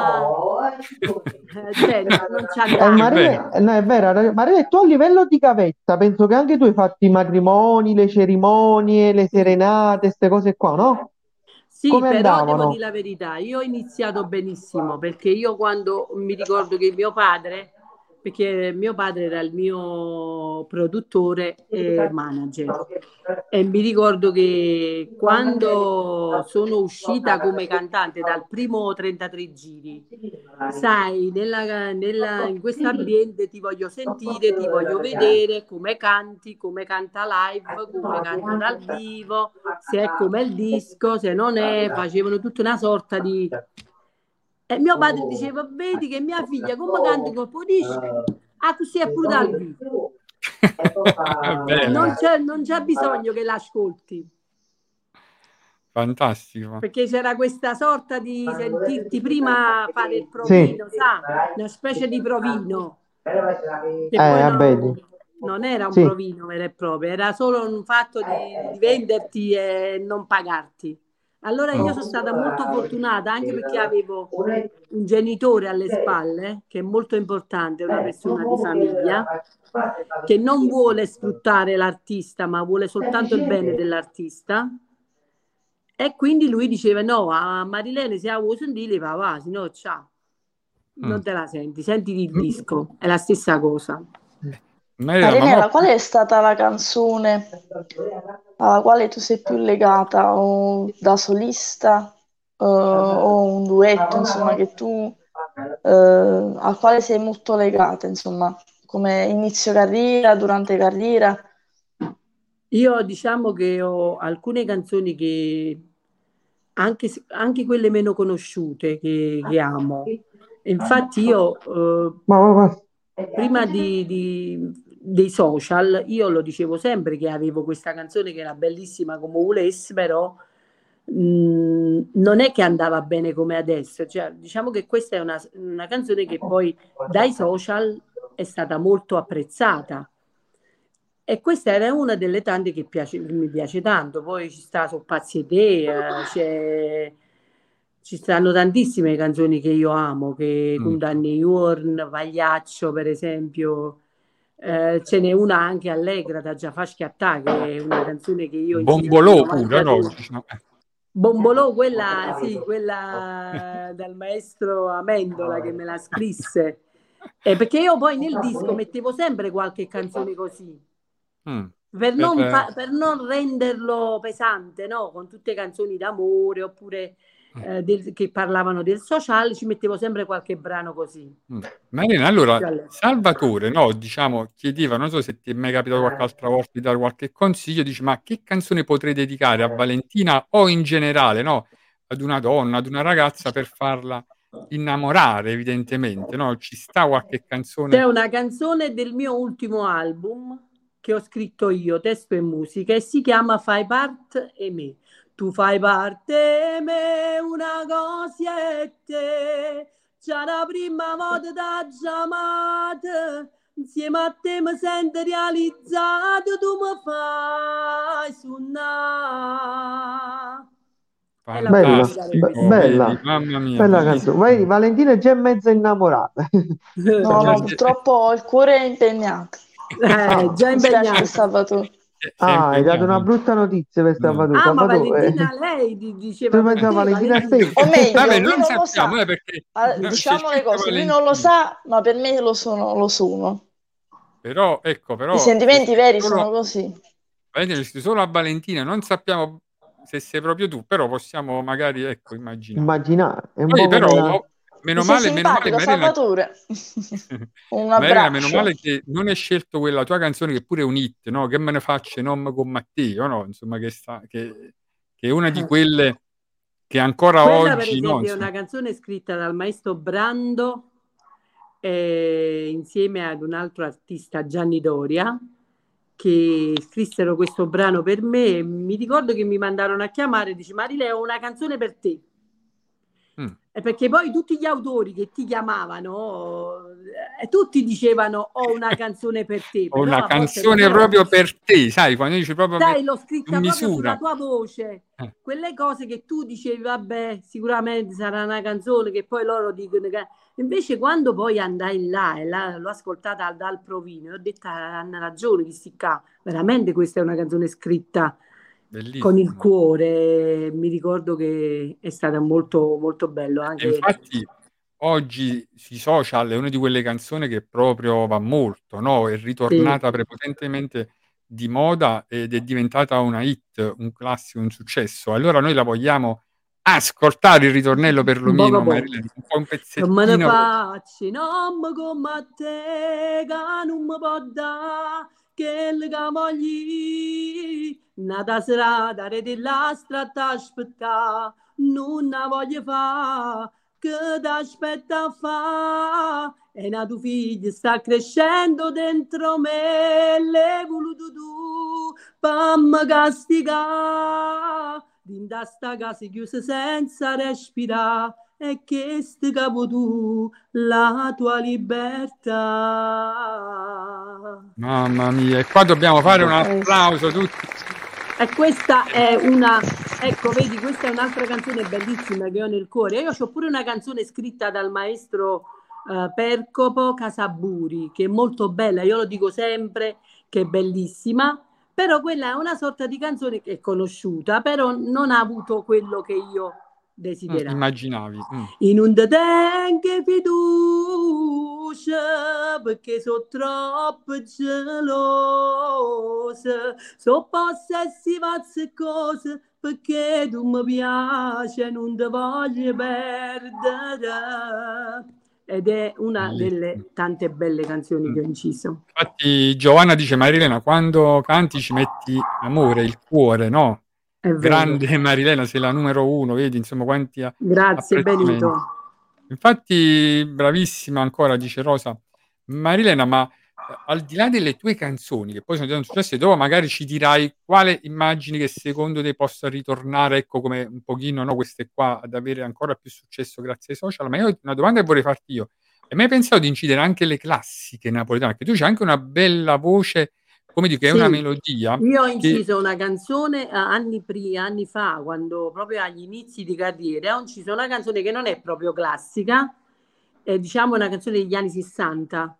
cioè, non ci andava. Maria, no, è vero, Maria, tu a livello di gavetta, penso che anche tu hai fatto i matrimoni, le cerimonie, le Sì. serenate, queste cose qua, no? Sì, Come però devo andavano? dire la verità, io ho iniziato benissimo perché io quando mi ricordo che perché mio padre era il mio produttore e manager, e mi ricordo che quando sono uscita come cantante dal primo 33 giri, sai, in questo ambiente ti voglio sentire, ti voglio vedere come canti, come canta live, come canta dal vivo, se è come il disco, se non è, facevano tutta una sorta di... E mio padre diceva, vedi che mia figlia come canta con po' disco, ah così è pure dal vivo, Bello, non c'è bisogno che l'ascolti, fantastico. perché c'era questa sorta di sentirti prima fare il Sì. provino, sa, una specie di provino, che poi Vabbè, non era un sì. provino vero e proprio, era solo un fatto di venderti e non pagarti. Allora io sono stata molto fortunata anche perché avevo un genitore alle spalle, che è molto importante, una persona di famiglia, che non vuole sfruttare l'artista, ma vuole soltanto il bene dell'artista. E quindi lui diceva: no, a Marilene se la vuoi sentire, va, se no ciao, non te la senti il disco, è la stessa cosa. Marilena, Marinella, qual è stata la canzone alla quale tu sei più legata, o da solista, o un duetto, insomma, che tu al quale sei molto legata, insomma, come inizio carriera, durante carriera? Io diciamo che ho alcune canzoni che anche quelle meno conosciute che amo. E infatti io Ma- prima dei social, io lo dicevo sempre che avevo questa canzone che era bellissima come volessi, però non è che andava bene come adesso. Cioè, diciamo che questa è una canzone che poi dai social è stata molto apprezzata. E questa era una delle tante che mi piace tanto. Poi ci sta Su Pazzi e te, ci stanno tantissime canzoni che io amo, che Condanni Yorn, Vagliaccio per esempio. Ce n'è una anche allegra da Giafà Schiattà, che è una canzone che io insieme al Bombolò mio pure, no? mangiatore. Bombolò, quella sì, quella dal maestro Amendola che me la scrisse. Perché io poi nel disco mettevo sempre qualche canzone così. Per non renderlo pesante, no? Con tutte canzoni d'amore oppure che parlavano del sociale, ci mettevo sempre qualche brano così. Marina, allora, Salvatore, no, diciamo, chiedeva, non so se ti è mai capitato qualche altra volta di dare qualche consiglio, dice, ma che canzone potrei dedicare a Valentina o in generale, no? Ad una donna, ad una ragazza per farla innamorare, evidentemente, no? Ci sta qualche canzone? C'è una canzone del mio ultimo album che ho scritto io, testo e musica, e si chiama Fai parte e me. Tu fai parte e me, una cosa e te, già la prima volta da chiamata, insieme a te mi sento realizzato, tu mi fai suonare. Bella, bella, vedi, mamma mia, bella bellissimo. canzone. Vedi, Valentina è già mezza innamorata. No, purtroppo ho il cuore impegnato. Già Mi spiace impegnato. Salvatore. Hai dato una brutta notizia per Salvatore. Ah, ma Salvatore, Valentina, lei diceva tu pensavi Valentina Valentina. stesso? O meglio, Vabbè, lui non non lo sappiamo, sa. perché Diciamo c'è le cose, lui non lo sa, ma per me lo sono. Però, ecco, I sentimenti veri sono così. Solo a Valentina, non sappiamo se sei proprio tu, però possiamo magari, ecco, immaginare. Immaginare. È un Poi po' come però, la... meno Sei male, simpatico, Salvatore. Un Marina, meno abbraccio. male che non hai scelto quella tua canzone che pure è un hit, no? Che me ne faccio non con Matteo, no? Insomma, che è una di quelle che ancora Quella, oggi, per esempio, no? è una canzone scritta dal maestro Brando insieme ad un altro artista, Gianni Doria, che scrissero questo brano per me. Mi ricordo che mi mandarono a chiamare e dice: Marileo, ho una canzone per te. È perché poi tutti gli autori che ti chiamavano, tutti dicevano ho una canzone per te, Ho però una a volte non canzone era proprio così. per te, sai, quando dici proprio Sai, l'ho su scritta proprio sulla misura. tua voce. Quelle cose che tu dicevi, vabbè, sicuramente sarà una canzone che poi loro dicono che... Invece quando poi andai là e l'ho ascoltata dal provino, ho detto, hanno ragione, questi qua, veramente questa è una canzone scritta con il Bellissimo. cuore. Mi ricordo che è stata molto, molto bello E anche... infatti oggi sui social è una di quelle canzoni che proprio va molto, no, è Sì, ritornata prepotentemente di moda ed è diventata una hit, un classico, un successo. Allora noi la vogliamo ascoltare il ritornello un perlomeno, poco poco. Marilena, un po' un Non me ne pezzettino. faccio un come a te, che non mi può dare, che le camogli, nata serata, rete la strada aspetta, non la voglio fa, che t'aspetta a fa, e nato figlio sta crescendo dentro me, l'hai voluto tu, per me castigare, dinda sta casa chiusa senza respirare, e che sti capo tu la tua libertà. Mamma mia, e qua dobbiamo fare un applauso tutti. E questa è una, ecco, vedi, questa è un'altra canzone bellissima che ho nel cuore. Io ho pure una canzone scritta dal maestro Percopo Casaburi, che è molto bella, io lo dico sempre che è bellissima, però quella è una sorta di canzone che è conosciuta, però non ha avuto quello che io desideravo. Immaginavi. In un tenga fiducia perché sono troppo gelosa, so possessiva a cose perché tu mi piaci, non ti voglio perdere. Ed è una Bellissimo. delle tante belle canzoni che ho inciso. Infatti Giovanna dice, Marilena, quando canti ci metti amore, il cuore, no? È vero. Grande Marilena, sei la numero uno, vedi, insomma, quanti Grazie, apprezzamenti. Benito. Infatti, bravissima ancora, dice Rosa. Marilena, ma al di là delle tue canzoni, che poi sono diventate un successo, e dopo magari ci dirai quale immagini che secondo te possa ritornare, ecco, come un pochino, no, queste qua, ad avere ancora più successo grazie ai social. Ma io una domanda che vorrei farti io. Hai mai pensato di incidere anche le classiche napoletane? Perché tu c'hai anche una bella voce, come dico, è una melodia. Io ho inciso una canzone anni fa, quando proprio agli inizi di carriera, ho inciso una canzone che non è proprio classica, è diciamo una canzone degli anni 60,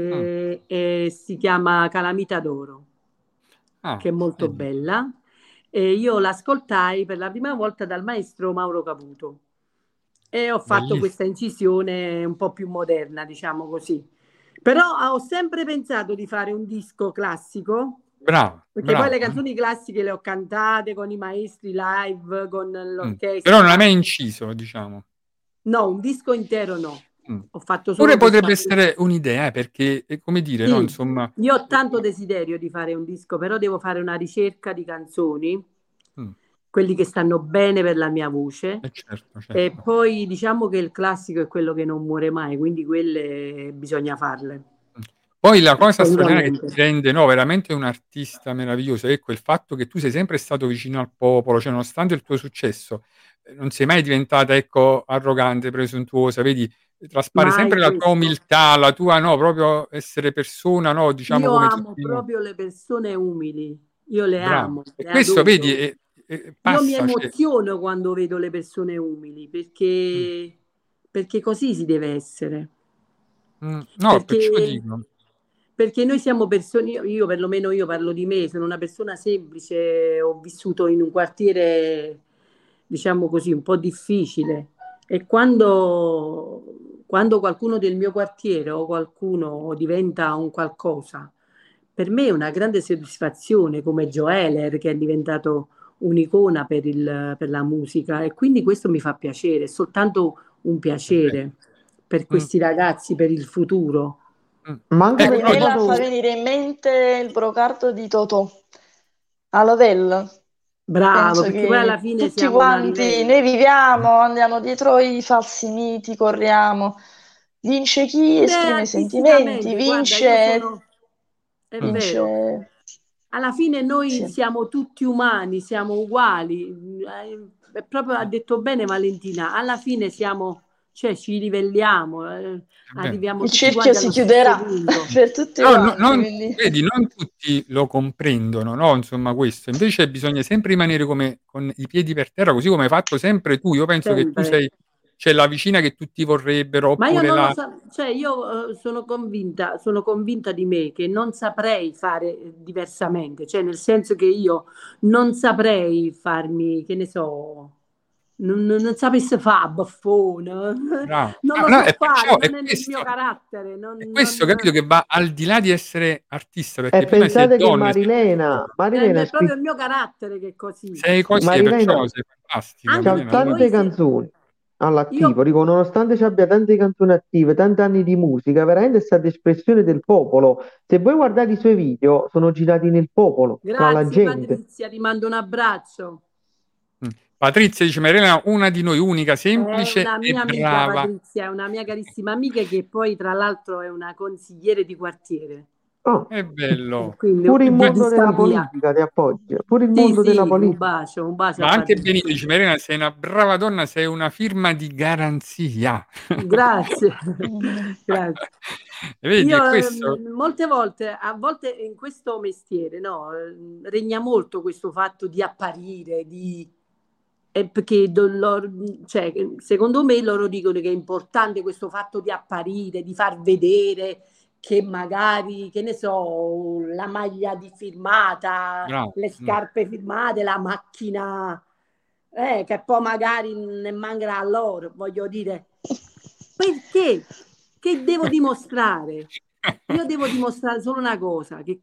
e si chiama Calamita d'Oro, che è molto bella. E io l'ascoltai per la prima volta dal maestro Mauro Caputo e ho fatto questa incisione un po' più moderna, diciamo così. Però ho sempre pensato di fare un disco classico. Bravo. Perché poi le canzoni classiche le ho cantate con i maestri live, con l'orchestra. Però non l'hai mai inciso, diciamo. No, un disco intero no. Ho fatto Pure solo potrebbe essere un'idea, perché, come dire, sì, no, insomma... Io ho tanto desiderio di fare un disco, però devo fare una ricerca di canzoni, quelli che stanno bene per la mia voce. Certo. E poi diciamo che il classico è quello che non muore mai, quindi quelle bisogna farle. Poi la cosa straordinaria che ti rende veramente un artista meraviglioso è quel fatto che tu sei sempre stato vicino al popolo, cioè nonostante il tuo successo non sei mai diventata, ecco, arrogante, presuntuosa, vedi, traspare sempre la tua umiltà, la tua, no, proprio essere persona, no, diciamo io come amo tutti proprio le persone umili, io le amo, e le questo adoro. vedi passa, io mi emoziono quando vedo le persone umili, perché così si deve essere. No, perciò dico. Perché noi siamo persone, io perlomeno io parlo di me, sono una persona semplice, ho vissuto in un quartiere, diciamo così, un po' difficile, e quando qualcuno del mio quartiere o qualcuno diventa un qualcosa, per me è una grande soddisfazione, come Joeler che è diventato un'icona per la musica, e quindi questo mi fa piacere, è soltanto un piacere per questi ragazzi, per il futuro. Ma anche a me fa venire in mente il brocardo di Totò a Lovella. Bravo, Penso perché che poi alla fine tutti siamo quanti noi viviamo, andiamo dietro i falsi miti, corriamo. Vince chi esprime i sentimenti, vince. È vero. Alla fine noi siamo tutti umani, siamo uguali. Proprio ha detto bene Valentina, alla fine siamo cioè ci livelliamo, arriviamo Il tutti cerchio quanti si allo stesso chiuderà punto. per tutti Però quanti, quindi... vedi, non tutti lo comprendono, no? Insomma, questo. Invece bisogna sempre rimanere con i piedi per terra, così come hai fatto sempre tu. Io penso che tu Sempre. c'è la vicina che tutti vorrebbero, Ma io oppure non lo la... so, cioè io sono convinta di me che non saprei fare diversamente, cioè nel senso che io non saprei farmi, che ne so, non sapessi fare buffone, Bravo. non Ah, lo no, so fare, non è è nel mio carattere, questo, capito, che va al di là di essere artista, perché E prima sei pensate che donna, sei Marilena, Marilena è ha proprio il scritto, mio carattere che è così. sei così, e Marilena perciò sei fantastica, Anche c'ha Marilena. perché Allora, voi tante se, canzoni all'attivo, io, dico, nonostante ci abbia tante canzoni attive, tanti anni di musica, veramente è stata espressione del popolo. Se voi guardate i suoi video, sono girati nel popolo, tra la grazie gente. Patrizia, ti mando un abbraccio. Patrizia dice: Marilena, una di noi, unica, È semplice una e mia amica brava. Patrizia, è una mia carissima amica che poi tra l'altro è una consigliere di quartiere. Oh, È bello. Quindi pure il di mondo della Scampia. politica ti appoggia, pure il Sì, mondo della sì, politica. un bacio a Ma anche Benito Patrizia. dice: Marilena, sei una brava donna, sei una firma di garanzia. Grazie, grazie. Vedi, Io è questo. molte volte, a volte in questo mestiere, no, regna molto questo fatto di apparire, perché cioè, secondo me loro dicono che è importante questo fatto di apparire, di far vedere che magari, che ne so, la maglia di firmata, Bravo. le scarpe firmate, la macchina, che poi magari ne mancherà a loro, voglio dire. Perché? Che devo dimostrare? Io devo dimostrare solo una cosa, che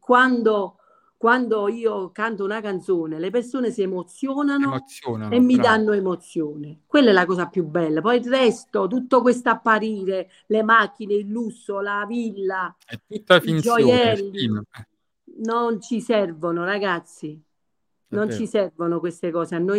quando io canto una canzone, le persone si emozionano e Emozionano, mi bravo. danno emozione. Quella è la cosa più bella. Poi il resto, tutto questo apparire, le macchine, il lusso, la villa, È tutta i finzione, è gioielli, fino. non ci servono, ragazzi. È Non ci vero. servono queste cose. A noi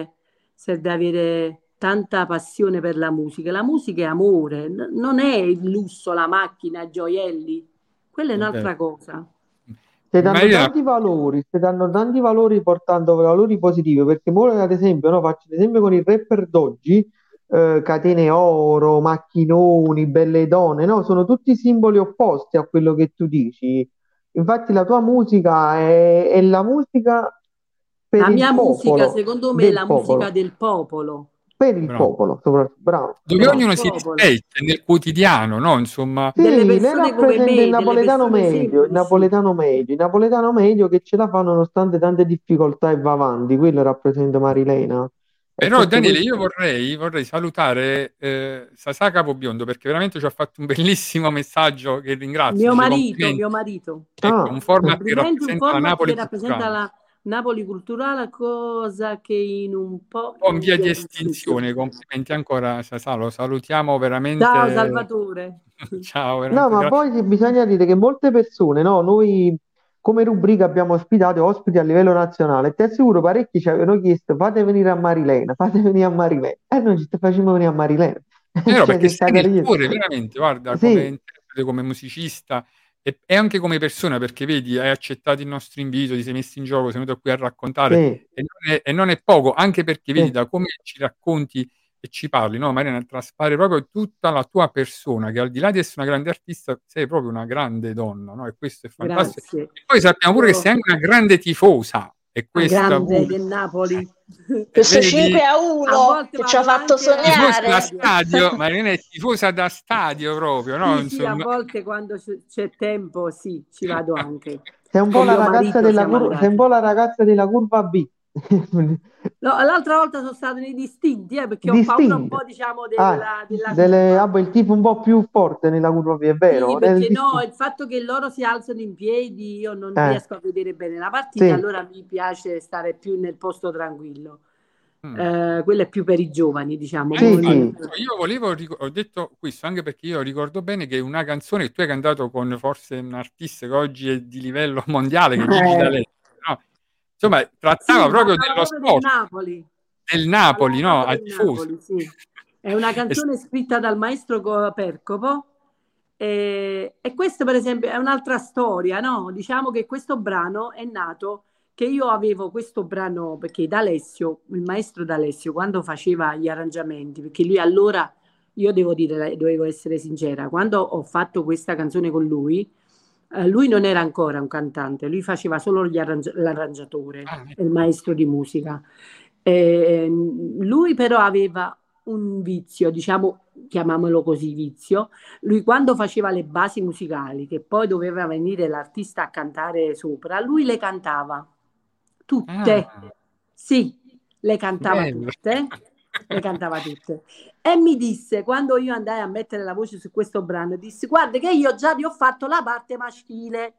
serve avere tanta passione per la musica. La musica è amore, non è il lusso, la macchina, i gioielli. Quella è È vero. un'altra cosa. Marilena, Si danno tanti valori portando valori positivi, perché ora ad esempio, no, faccio l'esempio con il rapper d'oggi, catene oro, macchinoni, belle donne, no, sono tutti simboli opposti a quello che tu dici. Infatti la tua musica è la musica per La il mia musica, popolo, secondo me, è del la musica popolo, del popolo. per il bravo. popolo, soprattutto, bravo, Dove Per il bravo. ognuno si popolo. rispecchia nel quotidiano, no? Insomma, Delle Sì, lei persone come rappresenta me, delle persone semplici. il napoletano medio che ce la fa nonostante tante difficoltà e va avanti, quello rappresenta Marilena. E però forse Daniele, io questo, vorrei salutare Sasà Capobiondo, perché veramente ci ha fatto un bellissimo messaggio che ringrazio, Mio dice marito, complimenti. mio marito. Ecco, un ah, format che Complimenti, un rappresenta la format Napoli che rappresenta culturale. la Napoli culturale, cosa che in un po' Un po' in in via via di di estinzione. estinzione, complimenti ancora Sasà, lo salutiamo Ciao veramente. Salvatore. Ciao, no, veramente. ma poi bisogna dire che molte persone, no, noi come rubrica abbiamo ospitato ospiti a livello nazionale, ti assicuro parecchi ci avevano chiesto fate venire a Marilena, fate venire a Marilena, e noi ci facciamo venire a Marilena, Vero, cioè perché c'è sei stata nel richiesta. cuore, veramente, guarda, come Sì, interprete, come musicista e anche come persona, perché vedi, hai accettato il nostro invito, ti sei messo in gioco, sei venuto qui a raccontare sì, e non è poco, anche perché vedi sì. da come ci racconti e ci parli, no, Mariana, traspare proprio tutta la tua persona, che al di là di essere una grande artista, sei proprio una grande donna, no? E questo è fantastico. Grazie. E poi sappiamo pure che Io, sei anche una grande tifosa, e a questa grande pure, del Napoli. Questo vedi, 5-1 A volte che ci ha vado fatto anche allo tifosa da sognare. stadio. stadio, Mariana è tifosa da stadio proprio, no? Sì, sì, a Insomma. volte quando c'è tempo, sì, ci vado anche. Sei un po' Con la mio ragazza marito della siamo curva, sei un andati. po' la ragazza della curva B. No, l'altra volta sono stati nei distinti, perché ho paura un Distinta. po', diciamo, Ah, della curva. il tifo un po' più forte nella curva B, è Sì, vero? Nel perché no, distinto. il fatto che loro si alzano in piedi, io non Eh, riesco a vedere bene la partita, sì. allora mi piace stare più nel posto tranquillo. Mm. Quello è più per i giovani, diciamo. Ma Sì, infatti, sì, io volevo, ho detto questo anche perché io ricordo bene che una canzone che tu hai cantato con forse un artista che oggi è di livello mondiale, che è Gigi Eh, D'Alessio, no? Insomma, trattava sì, proprio parlava dello proprio del sport, Napoli. del Napoli, Parlava no? proprio A del tifoso. Napoli, sì. È una E canzone scritta dal maestro Percopo. E questo, per esempio, è un'altra storia, no? Diciamo che questo brano è nato che io avevo questo brano perché D'Alessio, il maestro D'Alessio, quando faceva gli arrangiamenti, perché lui allora io devo dire, dovevo essere sincera, quando ho fatto questa canzone con lui, lui non era ancora un cantante, lui faceva solo l'arrangiatore, il maestro di musica. Lui però aveva un vizio, diciamo, chiamiamolo così, vizio. Lui quando faceva le basi musicali, che poi doveva venire l'artista a cantare sopra, lui le cantava tutte. Sì, le cantava bello. tutte. Le cantava tutte. E mi disse, quando io andai a mettere la voce su questo brano, disse: guarda che io già ti ho fatto la parte maschile.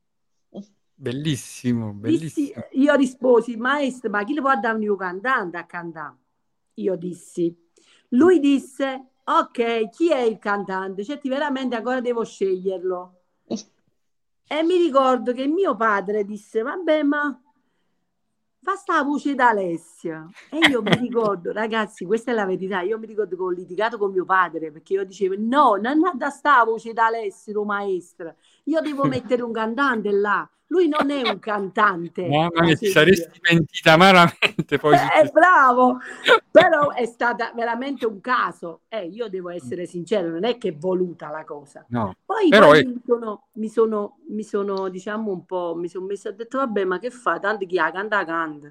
Bellissimo, Dissi, bellissimo. io risposi: maestro, ma chi le può dare un mio cantante a cantare? Io dissi. Lui disse: ok, chi è il cantante? Cioè, veramente ancora devo sceglierlo. E mi ricordo che mio padre disse: vabbè, ma fa sta voce d'Alessia. E io mi ricordo, ragazzi, questa è la verità, io mi ricordo che ho litigato con mio padre perché io dicevo: no, non è da sta voce d'Alessia, maestra, io devo mettere un cantante là, lui non è un cantante. Mamma mia, ti saresti pentita amaramente poi. Bravo, però è stata veramente un caso. Io devo essere sincero, non è che è voluta la cosa. No, Poi però mi sono diciamo un po', mi sono messa, ho detto vabbè, ma che fa? Tanto chi ha canta.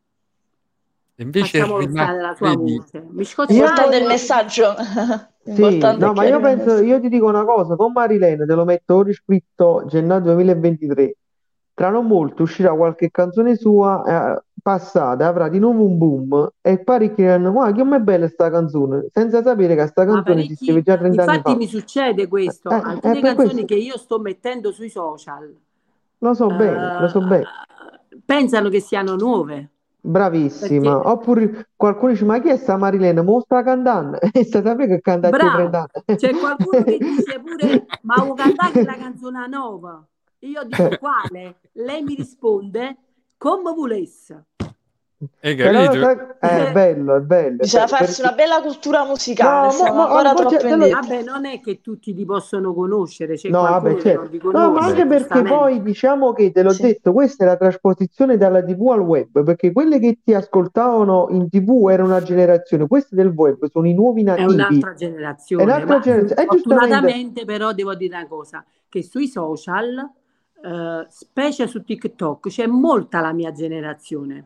invece Facciamo stare la sua vedi, voce. Mi Importante il messaggio. Sì, Importante no, è ma io chiarire il penso, io ti dico una cosa, con Marilena te lo metto ora scritto gennaio 2023, tra non molto uscirà qualche canzone sua passata, avrà di nuovo un boom e parecchi diranno: guarda che è bella sta canzone, senza sapere che sta Ma canzone esisteva già 30 anni infatti fa. mi succede questo, È alcune per canzoni questo, che io sto mettendo sui social lo so bene, lo so bene. pensano che siano nuove. Bravissima. Perché Oppure qualcuno dice: ma chi è sta Marilena? Mo sta cantando. E sta sapere che canta a bravo, 30 anni. c'è qualcuno che dice pure: ma vuoi cantare la canzone nuova? Io dico quale? Lei mi risponde: come volesse. hai E allora capito? è bello, è bello, è Bisogna bello. farsi una bella cultura musicale, No, siamo ancora troppo indietro. Vabbè, non è che tutti li possono conoscere, c'è no, vabbè, qualcuno che non certo. li No, ma conosce, anche perché giustamente. poi diciamo che te l'ho Sì. detto, questa è la trasposizione dalla TV al web, perché quelle che ti ascoltavano in TV era una generazione, queste del web sono i nuovi È nativi. un'altra È generazione, un'altra ma generazione. E giustamente, fortunatamente però devo dire una cosa, che sui social, specie su TikTok, c'è molta la mia generazione.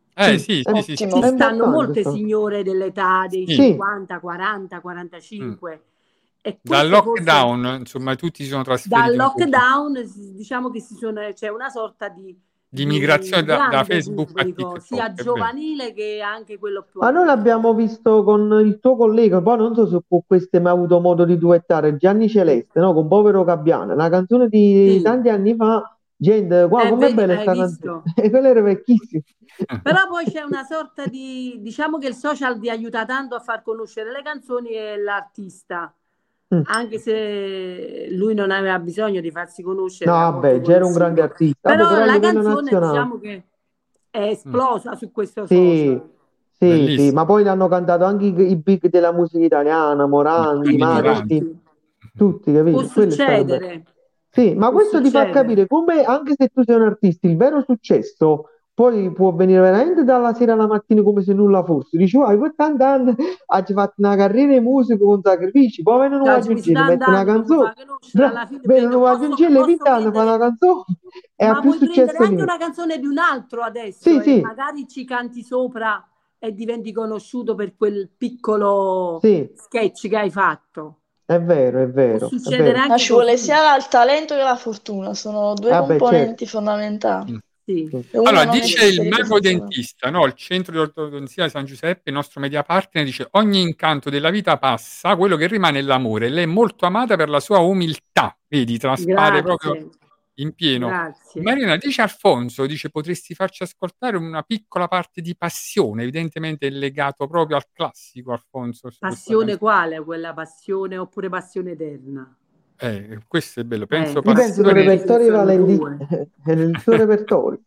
Sì, è, sì, sì, sì, Ci Ottimo. è stanno importante molte sta. signore dell'età dei sì. 50, 40, Mm. 45 e Dal questo forse lockdown, insomma, tutti si sono dal trasferiti un po' lockdown diciamo che c'è una sorta di di un migrazione da grande Facebook a pubblico, TikTok, sia è vero. giovanile che anche quello più Ma noi adulto. l'abbiamo visto con il tuo collega, poi non so se con queste mi ha avuto modo di duettare, Gianni Sì, Celeste, no? Con Povero Gabbiano, una canzone di sì. tanti anni fa, gente, qua com'è Vedi, bella hai sta canzone, visto? e quella era vecchissima. Però poi c'è una sorta diciamo che il social ti aiuta tanto a far conoscere le canzoni e l'artista, Mm. anche se lui non aveva bisogno di farsi No, conoscere, era molto vabbè, già era un grande conosciuto. artista, vabbè, Però però a la livello canzone nazionale, diciamo che è esplosa su questo sì, social. sì, sì, Bellissimo. ma poi l'hanno cantato anche i big della musica italiana, Morandi, Gianni Morandi. Maneskin, tutti, Può capito? Quello è stato bello. succedere, Sì, ma può questo ti fa succedere. capire come, anche se tu sei un artista, il vero successo poi può venire veramente dalla sera alla mattina come se nulla fosse. Dici, vai, quel cantante ha fatto una carriera di musica con sacrifici, poi viene un nuovo Cioè, mi sta aggiungere, mette una andando, non mi canzone, fa conoscere, alla fine viene un prendo, nuovo aggiungere, 20 posso anni fa una prendere, canzone e ha ma più puoi prendere successo di anche me. una canzone di un altro adesso Sì, e sì, magari ci canti sopra e diventi conosciuto per quel piccolo sì, sketch che hai fatto. è vero, è Può vero, è succedere vero. Ma anche ci vuole così. sia il talento che la fortuna, sono due Vabbè, certo. componenti fondamentali. Mm. Sì. E uno Allora, non dice il necessariamente mago senza l'altro. dentista, no? Il centro di ortodonzia di San Giuseppe, il nostro media partner, dice: ogni incanto della vita passa, quello che rimane è l'amore. Lei è molto amata per la sua umiltà, vedi, traspare proprio Grazie, in pieno. grazie. Marina, dice Alfonso, dice: potresti farci ascoltare una piccola parte di passione, evidentemente è legato proprio al classico, Alfonso, su questa Passione canzone. quale? Quella passione oppure passione eterna? Questo è bello, penso Io penso che il passione. Passione ce ne repertorio di sono Valentino due. è nel suo repertorio.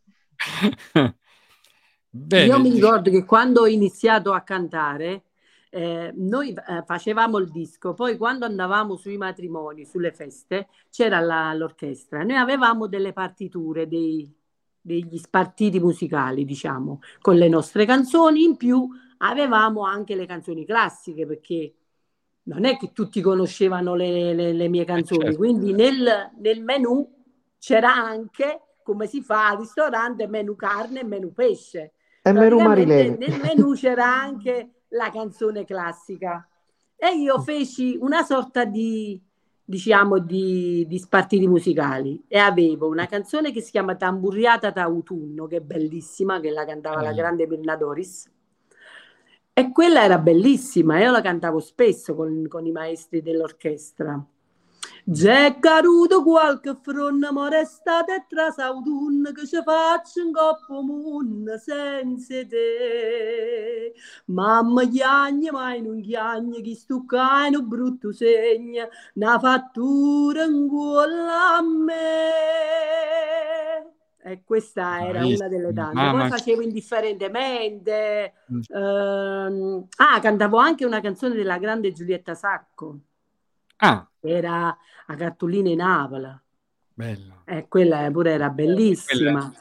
Io Bene, mi dice. ricordo che quando ho iniziato a cantare, noi facevamo il disco, poi quando andavamo sui matrimoni, sulle feste, c'era l'orchestra. Noi avevamo delle partiture, degli spartiti musicali, diciamo, con le nostre canzoni, in più avevamo anche le canzoni classiche, perché non è che tutti conoscevano le mie canzoni, certo. quindi nel menù c'era anche, come si fa al ristorante, menù carne e menù pesce. E menù Praticamente Marilena. nel menù c'era anche la canzone classica e io feci una sorta di, diciamo, di spartiti musicali e avevo una canzone che si chiama Tamburiata d'autunno, che è bellissima, che la cantava la grande Mirna Doris. E quella era bellissima, io la cantavo spesso con i maestri dell'orchestra. C'è caduto qualche fronte, ma restate tra saudun che ci faccio un coppo mun senza te. Mamma chiagna, mai non chiagna, chi stuccai un brutto segno, una fattura in cuore a me. E questa era una delle tante. Poi facevo Indifferentemente. Cantavo anche una canzone della grande Giulietta Sacco. Era A cartolina in Avola. Bella. Quella pure era bellissima.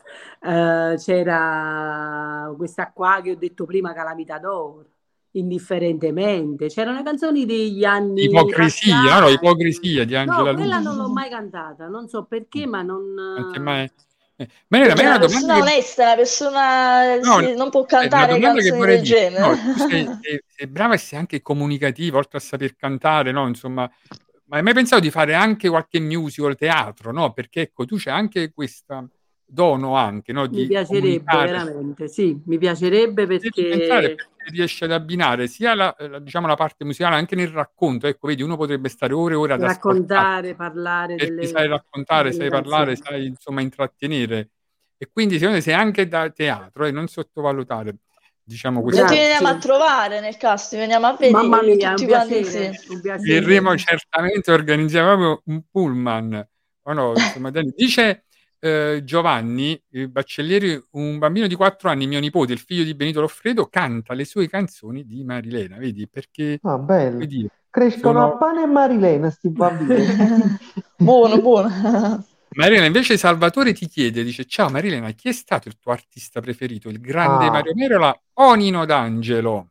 C'era questa qua che ho detto prima, Calamita d'Oro. Indifferentemente. C'erano canzoni degli anni Ipocrisia, no, Ipocrisia di Angela quella Luce. non l'ho mai cantata, non so perché, ma non... Marilena, è una persona onesta, una persona non può cantare canzoni del genere. No, tu sei brava e sei anche comunicativa, oltre a saper cantare, no? Insomma, ma hai mai pensato di fare anche qualche musical, teatro, no? Perché ecco, tu c'hai anche questo dono anche, no? Mi piacerebbe veramente, sì, mi piacerebbe perché riesce ad abbinare sia diciamo la parte musicale anche nel racconto. Ecco, vedi, uno potrebbe stare ore e ore ad raccontare, parlare perché sai raccontare, sai parlare, sai insomma intrattenere, e quindi secondo me sei anche da teatro e non sottovalutare, diciamo, questo. Ti veniamo a trovare nel cast, veniamo a vedere. Mamma mia, tutti quanti insieme. Verremo certamente, organizziamo proprio un pullman. No, insomma, dice Giovanni Baccellieri, un bambino di 4 anni, mio nipote, il figlio di Benito Loffredo, canta le sue canzoni di Marilena, vedi? Perché bello. Crescono a pane e Marilena sti bambini. buono. Marilena, invece Salvatore ti chiede, dice: ciao Marilena, chi è stato il tuo artista preferito? Il grande Mario Merola o Nino D'Angelo?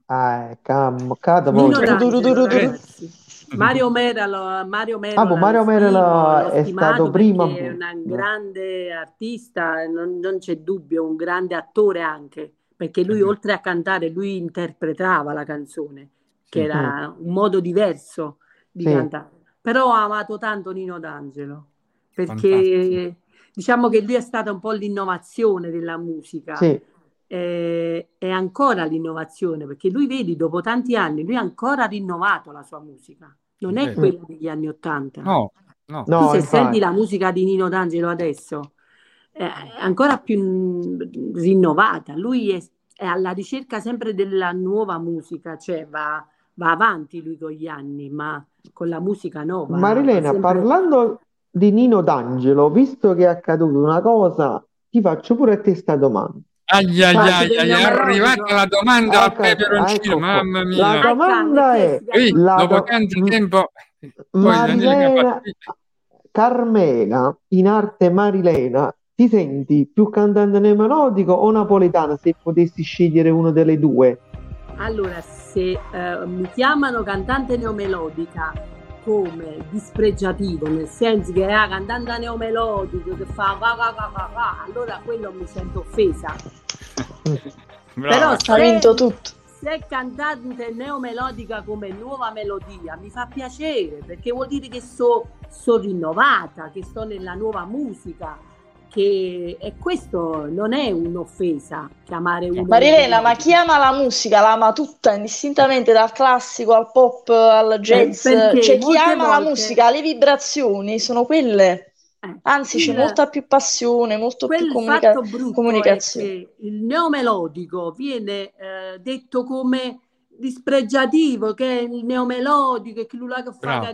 Mario Merola è stato prima, è un grande artista, non c'è dubbio, un grande attore anche, perché lui oltre a cantare, lui interpretava la canzone, che era un modo diverso di cantare. Però ho amato tanto Nino D'Angelo, perché diciamo che lui è stata un po' l'innovazione della musica. È ancora l'innovazione, perché lui, vedi, dopo tanti anni lui ha ancora rinnovato la sua musica, non è quella degli anni '80. No, tu se senti la musica di Nino D'Angelo adesso è ancora più rinnovata, lui è alla ricerca sempre della nuova musica, cioè va avanti lui con gli anni, ma con la musica nuova. Marilena, parlando di Nino D'Angelo, visto che è accaduta una cosa, ti faccio pure a te sta domanda. È arrivata la domanda al peperoncino, mamma mia. La domanda è: dopo tanto tempo, Marilena, Carmela, in arte Marilena, ti senti più cantante neomelodico o napoletana, se potessi scegliere una delle due? Allora, se mi chiamano cantante neomelodica come dispregiativo, nel senso che è cantante neomelodico che fa allora quello mi sento offesa. Però ha vinto tutto. Se è cantante neomelodica come nuova melodia mi fa piacere, perché vuol dire che sono rinnovata, che sto nella nuova musica, e questo non è un'offesa, chiamare uno. Marilena, ma chi ama la musica la ama tutta, indistintamente dal classico al pop al jazz, cioè chi ama la musica, le vibrazioni sono quelle, anzi c'è molta più passione, molto più comunicazione. È che il neomelodico viene detto come dispregiativo, che è il neomelodico, che lui che fa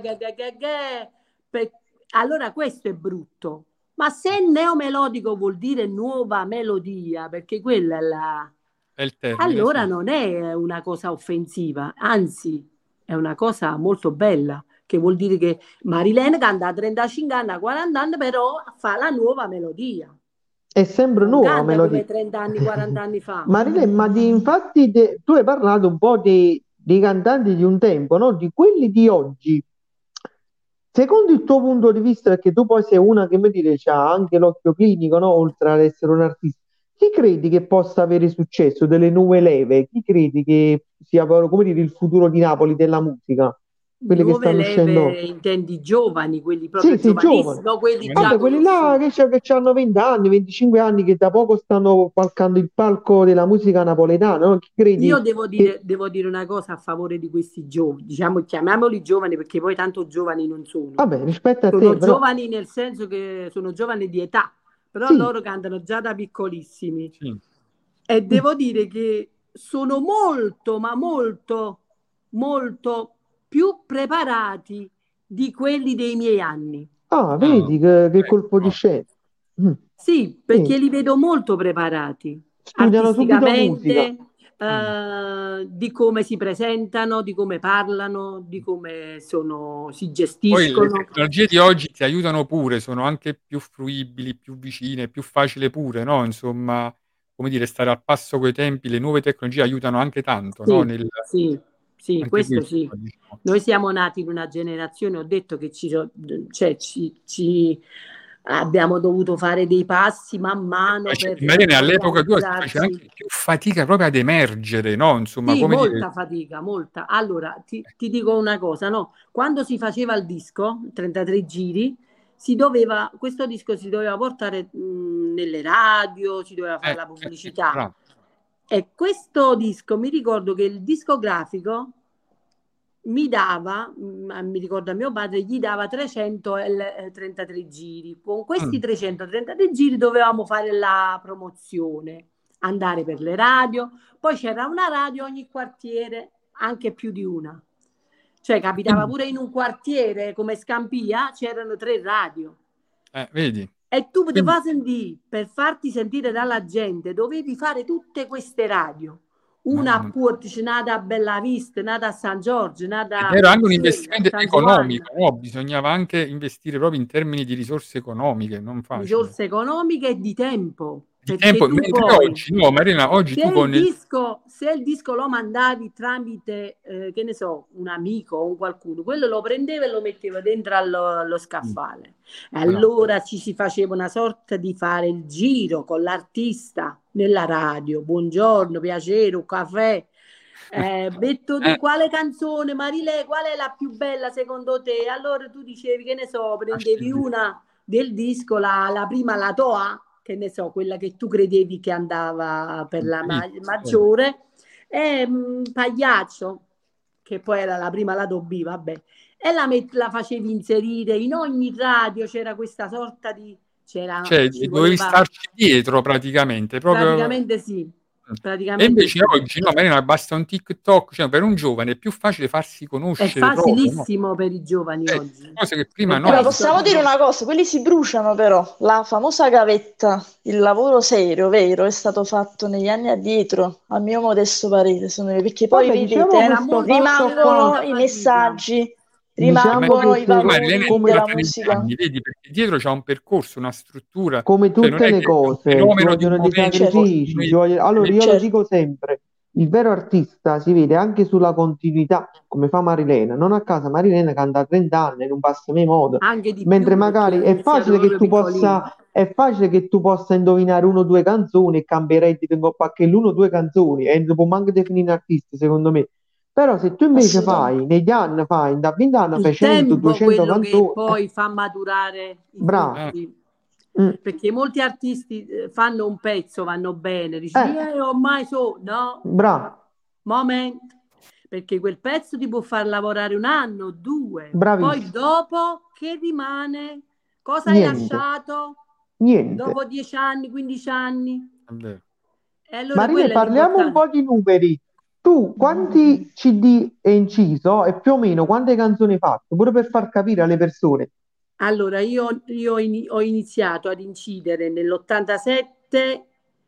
allora questo è brutto. Ma se neomelodico vuol dire nuova melodia, perché quella è il termine, allora non è una cosa offensiva, anzi è una cosa molto bella, che vuol dire che Marilena canta a 35 anni, a 40 anni, però fa la nuova melodia. È sempre nuova melodia. Come 30 anni, 40 anni fa. Marilena, ma infatti tu hai parlato un po' di dei cantanti di un tempo, no? Di quelli di oggi. Secondo il tuo punto di vista, perché tu poi sei una che mi dire c'ha anche l'occhio clinico, no? Oltre ad essere un artista, chi credi che possa avere successo delle nuove leve? Chi credi che sia, come dire, il futuro di Napoli della musica? Quelle che Nuove stanno uscendo? leve intendi giovani, quelli Sì, proprio sì, giovani. giovanissimi, no, quelli già Vabbè, quelli là conosciuti. che hanno 20 anni, 25 anni, che da poco stanno palcando il palco della musica napoletana, no? Chi Io credi devo che... dire una cosa a favore di questi giovani, diciamo, chiamiamoli giovani perché poi tanto giovani non sono. Vabbè, rispetto a te, Sono però... giovani nel senso che sono giovani di età, però Sì. loro cantano già da piccolissimi. Sì. E devo dire che sono molto, ma molto, molto più preparati di quelli dei miei anni. Ah, vedi che colpo di no. scena. Mm. Sì, perché Sì. li vedo molto preparati Studiano subito musica. artisticamente, di come si presentano, di come parlano, di come si Poi le gestiscono. tecnologie di oggi ti aiutano pure, sono anche più fruibili, più vicine, più facile pure, no? Insomma, come dire, stare al passo coi tempi, le nuove tecnologie aiutano anche tanto, no? Sì, sì, sì, Anche questo questo, sì. diciamo. Noi siamo nati in una generazione, ho detto che cioè, abbiamo dovuto fare dei passi man mano per Marina, all'epoca tua si faceva organizzarci. anche più fatica proprio ad emergere, no? Insomma, Sì, come dire... molta fatica, molta. Allora, ti dico una cosa, no? Quando si faceva il disco, 33 giri, questo disco si doveva portare nelle radio, si doveva fare la pubblicità. bravo. E questo disco, mi ricordo che il discografico mi dava, mi ricordo a mio padre, gli dava 333 giri. Con questi 333 giri dovevamo fare la promozione, andare per le radio, poi c'era una radio ogni quartiere, anche più di una. Cioè capitava pure in un quartiere come Scampia, c'erano 3 radio. Vedi? E tu Quindi- per farti sentire dalla gente, dovevi fare tutte queste radio. Una a Portici, nata a Bella Vista, nata a San Giorgio, nata Ed era anche un Siena, investimento San economico, Giovanni. no? Bisognava anche investire proprio in termini di risorse economiche, non facile. Risorse economiche e di tempo. Di Perché tempo, tu mentre poi, oggi, no, Marina, oggi se tu con il... il disco lo mandavi tramite, che ne so, un amico o un qualcuno, quello lo prendeva e lo metteva dentro allo scaffale. E allora ci si faceva una sorta di fare il giro con l'artista nella radio. Buongiorno, piacere, un caffè. Metto tu quale canzone, Marilè, qual è la più bella secondo te? Allora tu dicevi, che ne so, prendevi una del disco, la prima, la Toa, che ne so, quella che tu credevi che andava per la maggiore, e Pagliaccio, che poi era la prima lato B, vabbè, e la facevi inserire in ogni radio, c'era questa sorta di... Cioè, dovevi starci dietro praticamente, proprio... Praticamente sì. E invece oggi, no, Marina, basta un TikTok, cioè per un giovane è più facile farsi conoscere. È facilissimo proprio, no? per i giovani oggi. Cose che prima no. Però possiamo dire una cosa, quelli si bruciano però, la famosa gavetta, il lavoro serio, vero, è stato fatto negli anni addietro, a mio modesto parere, perché poi vedete, rimangono i messaggi, rimangono i valori della musica. Anni, vedi, perché dietro c'è un percorso, una struttura. Come tutte le cose, ci vogliono dei sacrifici. Allora io lo dico sempre, il vero artista si vede anche sulla continuità, come fa Marilena. Non a caso Marilena canta a 30 anni e non passa mai moda. Mentre magari è facile che tu possa indovinare 1 o 2 canzoni e cambierai di tempo a che l'1 o 2 canzoni e non può manco definire un artista, secondo me. Però se tu invece negli anni da 20 anni fai 100, 200 canzoni, che poi fa maturare i frutti. Perché molti artisti fanno un pezzo, vanno bene, dici ormai no, moment, perché quel pezzo ti può far lavorare 1 anno, 2, poi dopo che rimane? Cosa hai lasciato? Niente. Dopo 10 anni, 15 anni? E allora Maria, parliamo un po' di numeri. Tu quanti CD hai inciso e più o meno quante canzoni hai fatto? Pure per far capire alle persone. Allora, io ho iniziato ad incidere nell'87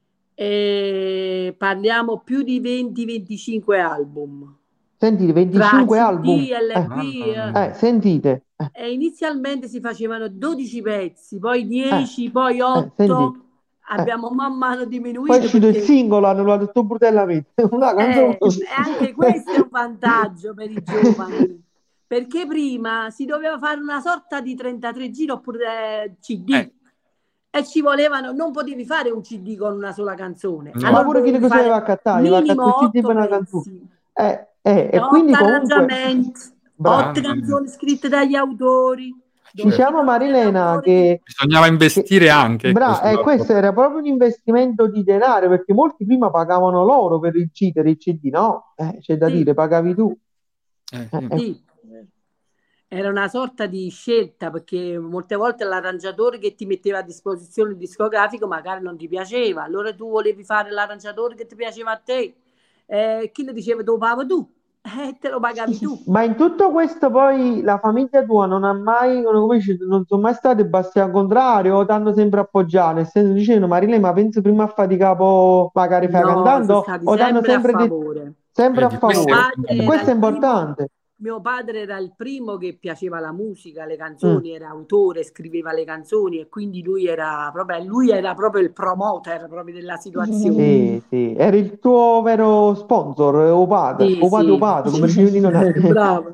e parliamo più di 20-25 album. Sentite, 25 album. LP, sentite. E inizialmente si facevano 12 pezzi, poi 10, poi 8. abbiamo man mano Poi è diminuito uscito il perché singolo, hanno fatto tutto brutellamente. Una canzone. e anche questo è un vantaggio per i giovani, perché prima si doveva fare una sorta di 33 giri oppure CD e ci volevano, non potevi fare un CD con una sola canzone, No. Ma allora pure chi dovevi cosa fare aveva accattato? Aveva accattato minimo il CD 8 per una canzone. pezzi, E 8 quindi comunque, arrangiamenti, 8 bravo. Mamma mia. canzoni scritte dagli autori, dovevi Diciamo trovare Marilena l'autore che... che, Bisognava investire anche, ecco, questo era proprio un investimento di denaro, perché molti prima pagavano loro per incidere il CD, no? C'è da Sì, dire, pagavi tu. sì. sì. Era una sorta di scelta, perché molte volte l'arrangiatore che ti metteva a disposizione il discografico magari non ti piaceva, allora tu volevi fare l'arrangiatore che ti piaceva a te, chi lo diceva te lo pagavo tu, te lo pagavi tu. Ma in tutto questo poi la famiglia tua non ha mai, non sono mai state bassi al contrario, o ti hanno sempre appoggiato, nel senso dicendo Marilena, ma penso prima a fatica magari fai No, sono cantando, stati o ti hanno sempre a sempre detto favore. sempre a Vedi, questo Mio è favore. padre E era questo è il primo, importante. mio padre era il primo che piaceva la musica, le Mm. canzoni, era autore, scriveva le canzoni e quindi lui era proprio il promoter proprio della situazione. Sì, era il tuo vero sponsor, o padre, Sì, sì, come dicevi non è. bravo.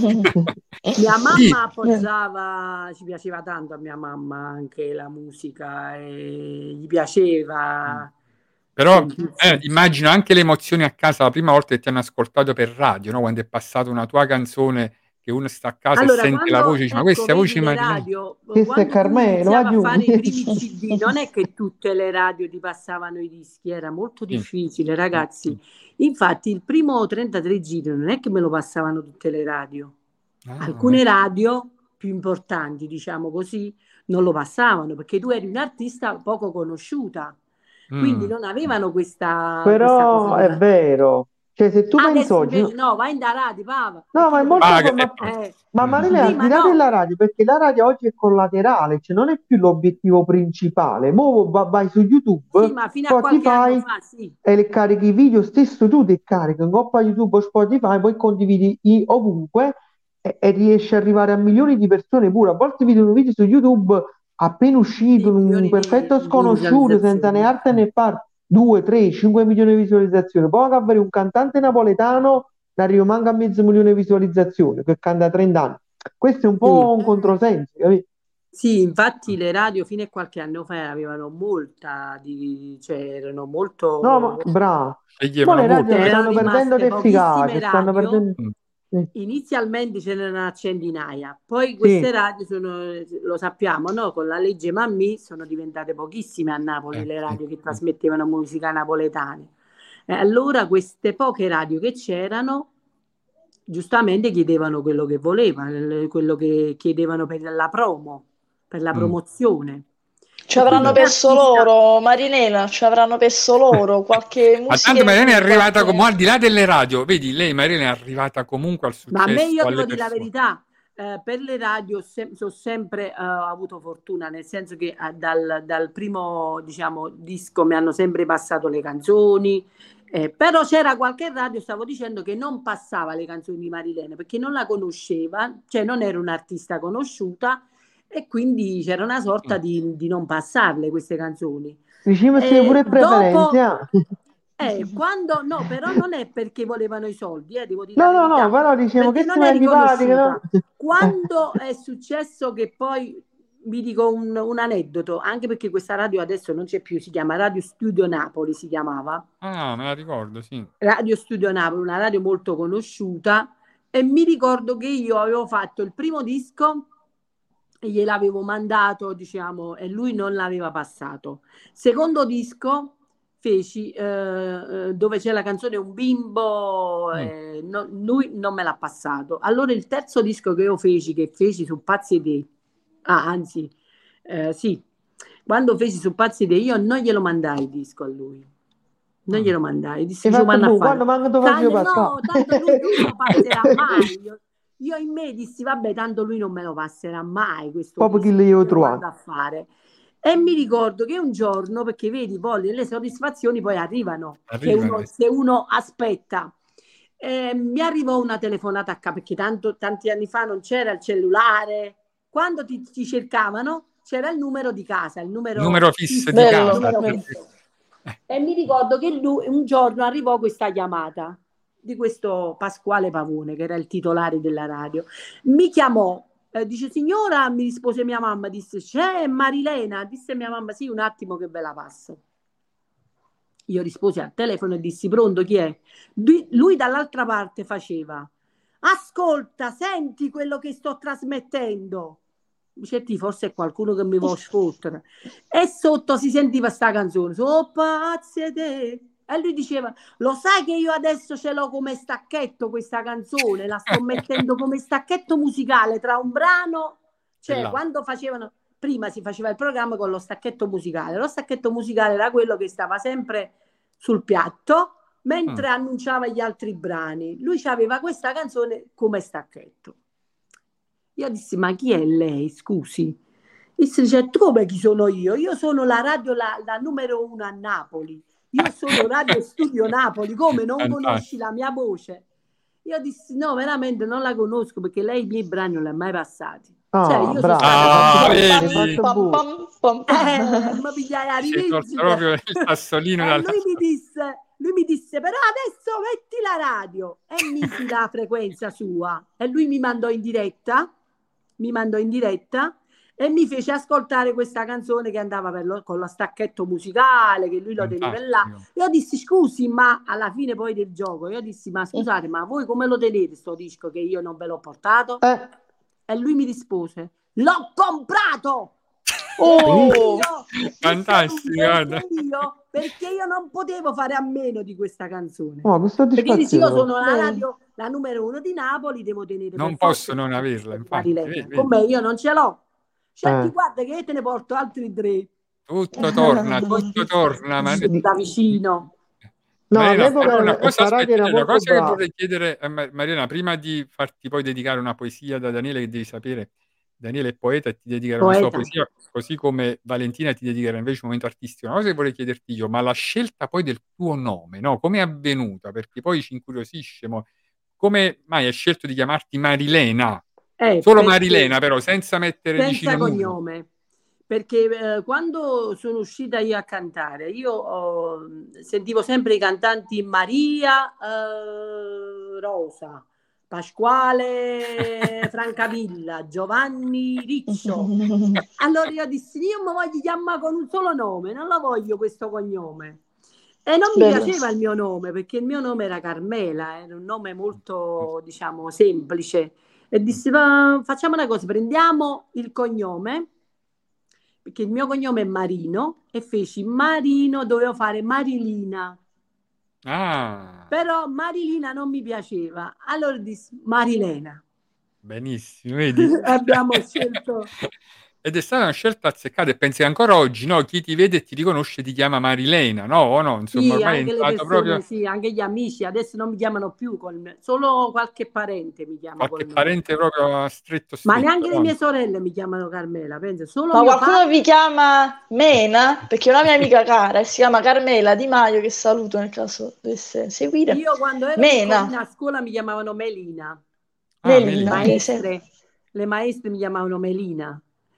Mia Sì, mamma appoggiava, ci piaceva tanto a mia mamma anche la musica e gli piaceva però sentirsi. immagino anche le emozioni a casa la prima volta che ti hanno ascoltato per radio, no? Quando è passata una tua canzone, che uno sta a casa e Allora, sente la voce, quando, dice, ma ecco, questa è la voce vedi di le Marilena. radio, Questo è quando tu Carmelo, va iniziavi a giù. fare i primi CD, non è che tutte le radio ti passavano i dischi, era molto Sì. difficile, ragazzi. Infatti, il primo 33 giri non è che me lo passavano tutte le radio. Alcune radio più importanti, diciamo così, non lo passavano perché tu eri un'artista poco conosciuta, quindi non avevano questa cosa Però è della... vero, cioè se tu pensi Adesso oggi, invece no, vai in da radio, va, e no, chi ma è lo dice? molto, Paga e poi. ma Marilena, al di Prima là no, della radio, perché la radio oggi è collaterale, cioè non è più l'obiettivo principale. Mo vai su YouTube, sì, ma fino a qualche anno Spotify, fa sì. e le carichi i video, stesso tu ti carichi in coppa YouTube o Spotify, poi condividi ovunque e riesci ad arrivare a milioni di persone pure. A volte vedono un video su YouTube appena uscito, Sì, un milioni perfetto di sconosciuto, senza né visualizzazioni. arte né parte, 2, 3, 5 milioni di visualizzazioni. Poi che avere un cantante napoletano ne arriva manca a mezzo milione di visualizzazioni, che canta da 30 anni. Questo è un Sì. po' un controsenso, capito? Sì, infatti le radio fino a qualche anno fa avevano cioè erano molto... No, ma bravo. Mo Sceglievano le radio molto. Erano stanno perdendo rimaste pochissime d'efficacia, stanno radio. perdendo... Sì. Inizialmente ce n'erano una centinaia, poi Sì. queste radio sono, lo sappiamo, no? Con la legge Mammì sono diventate pochissime a Napoli le radio che trasmettevano musica napoletana. Allora queste poche radio che c'erano giustamente chiedevano quello che volevano, quello che chiedevano per la promo, per la promozione. Ci E avranno quindi perso l'artista- loro, Marinella, ci avranno perso loro qualche Ma musica tanto in Marilena è più, arrivata qualche... come al di là delle radio, vedi, lei Marilena è arrivata comunque al Ma a me successo, io alle devo dire la persone. verità, per le radio ho sempre avuto fortuna, nel senso che dal primo diciamo, disco mi hanno sempre passato le canzoni, però c'era qualche radio, stavo dicendo, che non passava le canzoni di Marilena perché non la conosceva, cioè non era un'artista conosciuta e quindi c'era una sorta di non passarle queste canzoni. Diciamo se pure Dopo, preferenza. quando no, però non è perché volevano i soldi, devo dire No, la verità, però diciamo perché che non siamo eri antipatiche, no? conosciuta. Quando è successo che poi vi dico un aneddoto, anche perché questa radio adesso non c'è più, si chiama Radio Studio Napoli, si chiamava. Ah, me la ricordo, sì. Radio Studio Napoli, una radio molto conosciuta, e mi ricordo che io avevo fatto il primo disco e gliel'avevo mandato, diciamo, e lui non l'aveva passato. Secondo disco feci dove c'è la canzone Un bimbo, lui non me l'ha passato. Allora il terzo disco che io feci su Pazzi Day, anzi, sì, quando feci su Pazzi Day io non glielo mandai il disco a lui. Non glielo mandai, dissi Hai fatto quando manco tu facevi passare. no, tanto lui non me lo passerà mai. Io in me dissi, vabbè, tanto lui non me lo passerà mai questo Proprio chi disco, le io che lo trovato. vado a fare. E mi ricordo che un giorno, perché vedi, poi le soddisfazioni poi arrivano. Se uno aspetta. Mi arrivò una telefonata a capo, perché tanti anni fa non c'era il cellulare. Quando ti cercavano, c'era il numero di casa, il numero fisso di Bello, casa. numero bello. fisso. E mi ricordo che lui un giorno arrivò questa chiamata di questo Pasquale Pavone, che era il titolare della radio. Mi chiamò, dice: signora, mi rispose mia mamma, disse: c'è Marilena? Disse mia mamma: sì, un attimo che ve la passo. Io risposi al telefono e dissi: pronto, chi è? Lui dall'altra parte faceva: ascolta, senti quello che sto trasmettendo. Certi, forse è qualcuno che mi vuole sfottere. E sotto si sentiva sta canzone: so pazze te. E lui diceva: lo sai che io adesso ce l'ho come stacchetto questa canzone, la sto mettendo come stacchetto musicale tra un brano, cioè quando facevano, prima si faceva il programma con lo stacchetto musicale era quello che stava sempre sul piatto mentre annunciava gli altri brani. Lui aveva questa canzone come stacchetto. Io dissi: ma chi è lei, scusi? Dice: tu come chi sono io? Io sono la radio, la numero 1 a Napoli. Io sono Radio Studio Napoli. Come, non conosci la mia voce? Io dissi: no, veramente non la conosco, perché lei i miei brani non li ha mai passati. Cioè, io sono ma pigliai a rivincita. Proprio il sassolino dal lui mi disse: però adesso metti la radio, e misi la frequenza sua, e lui mi mandò in diretta e mi fece ascoltare questa canzone che andava con lo stacchetto musicale, che lui lo teneva là. Io dissi: scusi, ma alla fine poi del gioco, io dissi: ma scusate, ma voi come lo tenete sto disco che io non ve l'ho portato? E lui mi rispose: l'ho comprato! Fantastico, perché io non potevo fare a meno di questa canzone. Perché dici: io sono la radio, la numero 1 di Napoli, devo tenere, non posso non averla, infatti. Con me io non ce l'ho. Cioè, guarda che io te ne porto altri 3. Tutto torna, ma da vicino. No, Marina, all'epoca una cosa che brava. vorrei chiedere a Mariana, prima di farti poi dedicare una poesia da Daniele, che devi sapere, Daniele è poeta e ti dedicherà una sua poesia, così come Valentina ti dedicherà invece un momento artistico. Una cosa che vorrei chiederti io: ma la scelta poi del tuo nome, no? Come è avvenuta? Perché poi ci incuriosisce, come mai hai scelto di chiamarti Marilena? Solo Marilena, però, senza mettere vicino cognome. Perché quando sono uscita io a cantare, io sentivo sempre i cantanti Maria, Rosa, Pasquale Francavilla, Giovanni Riccio. Allora io dissi: io mi voglio chiamare con un solo nome, non lo voglio questo cognome. E non mi piaceva il mio nome, perché il mio nome era Carmela, era un nome molto, diciamo, semplice. E dissi: facciamo una cosa, prendiamo il cognome, perché il mio cognome è Marino, e feci Marino, dovevo fare Marilina. Però Marilina non mi piaceva, allora dissi Marilena. Benissimo, vedi? Abbiamo scelto. Ed è stata una scelta azzeccata, e pensi ancora oggi, no? Chi ti vede e ti riconosce ti chiama Marilena, no? O no? Insomma, sì, ormai anche è le entrato persone, proprio... sì, anche gli amici adesso non mi chiamano più solo qualche parente mi chiama. Qualche parente proprio stretto. Ma neanche le mie sorelle mi chiamano Carmela, penso. Solo ma qualcuno vi chiama Mena? Perché una mia amica cara si chiama Carmela Di Maio, che saluto nel caso dovesse seguire. Io quando ero piccolina a scuola mi chiamavano Melina. Melina. Le maestre mi chiamavano Melina.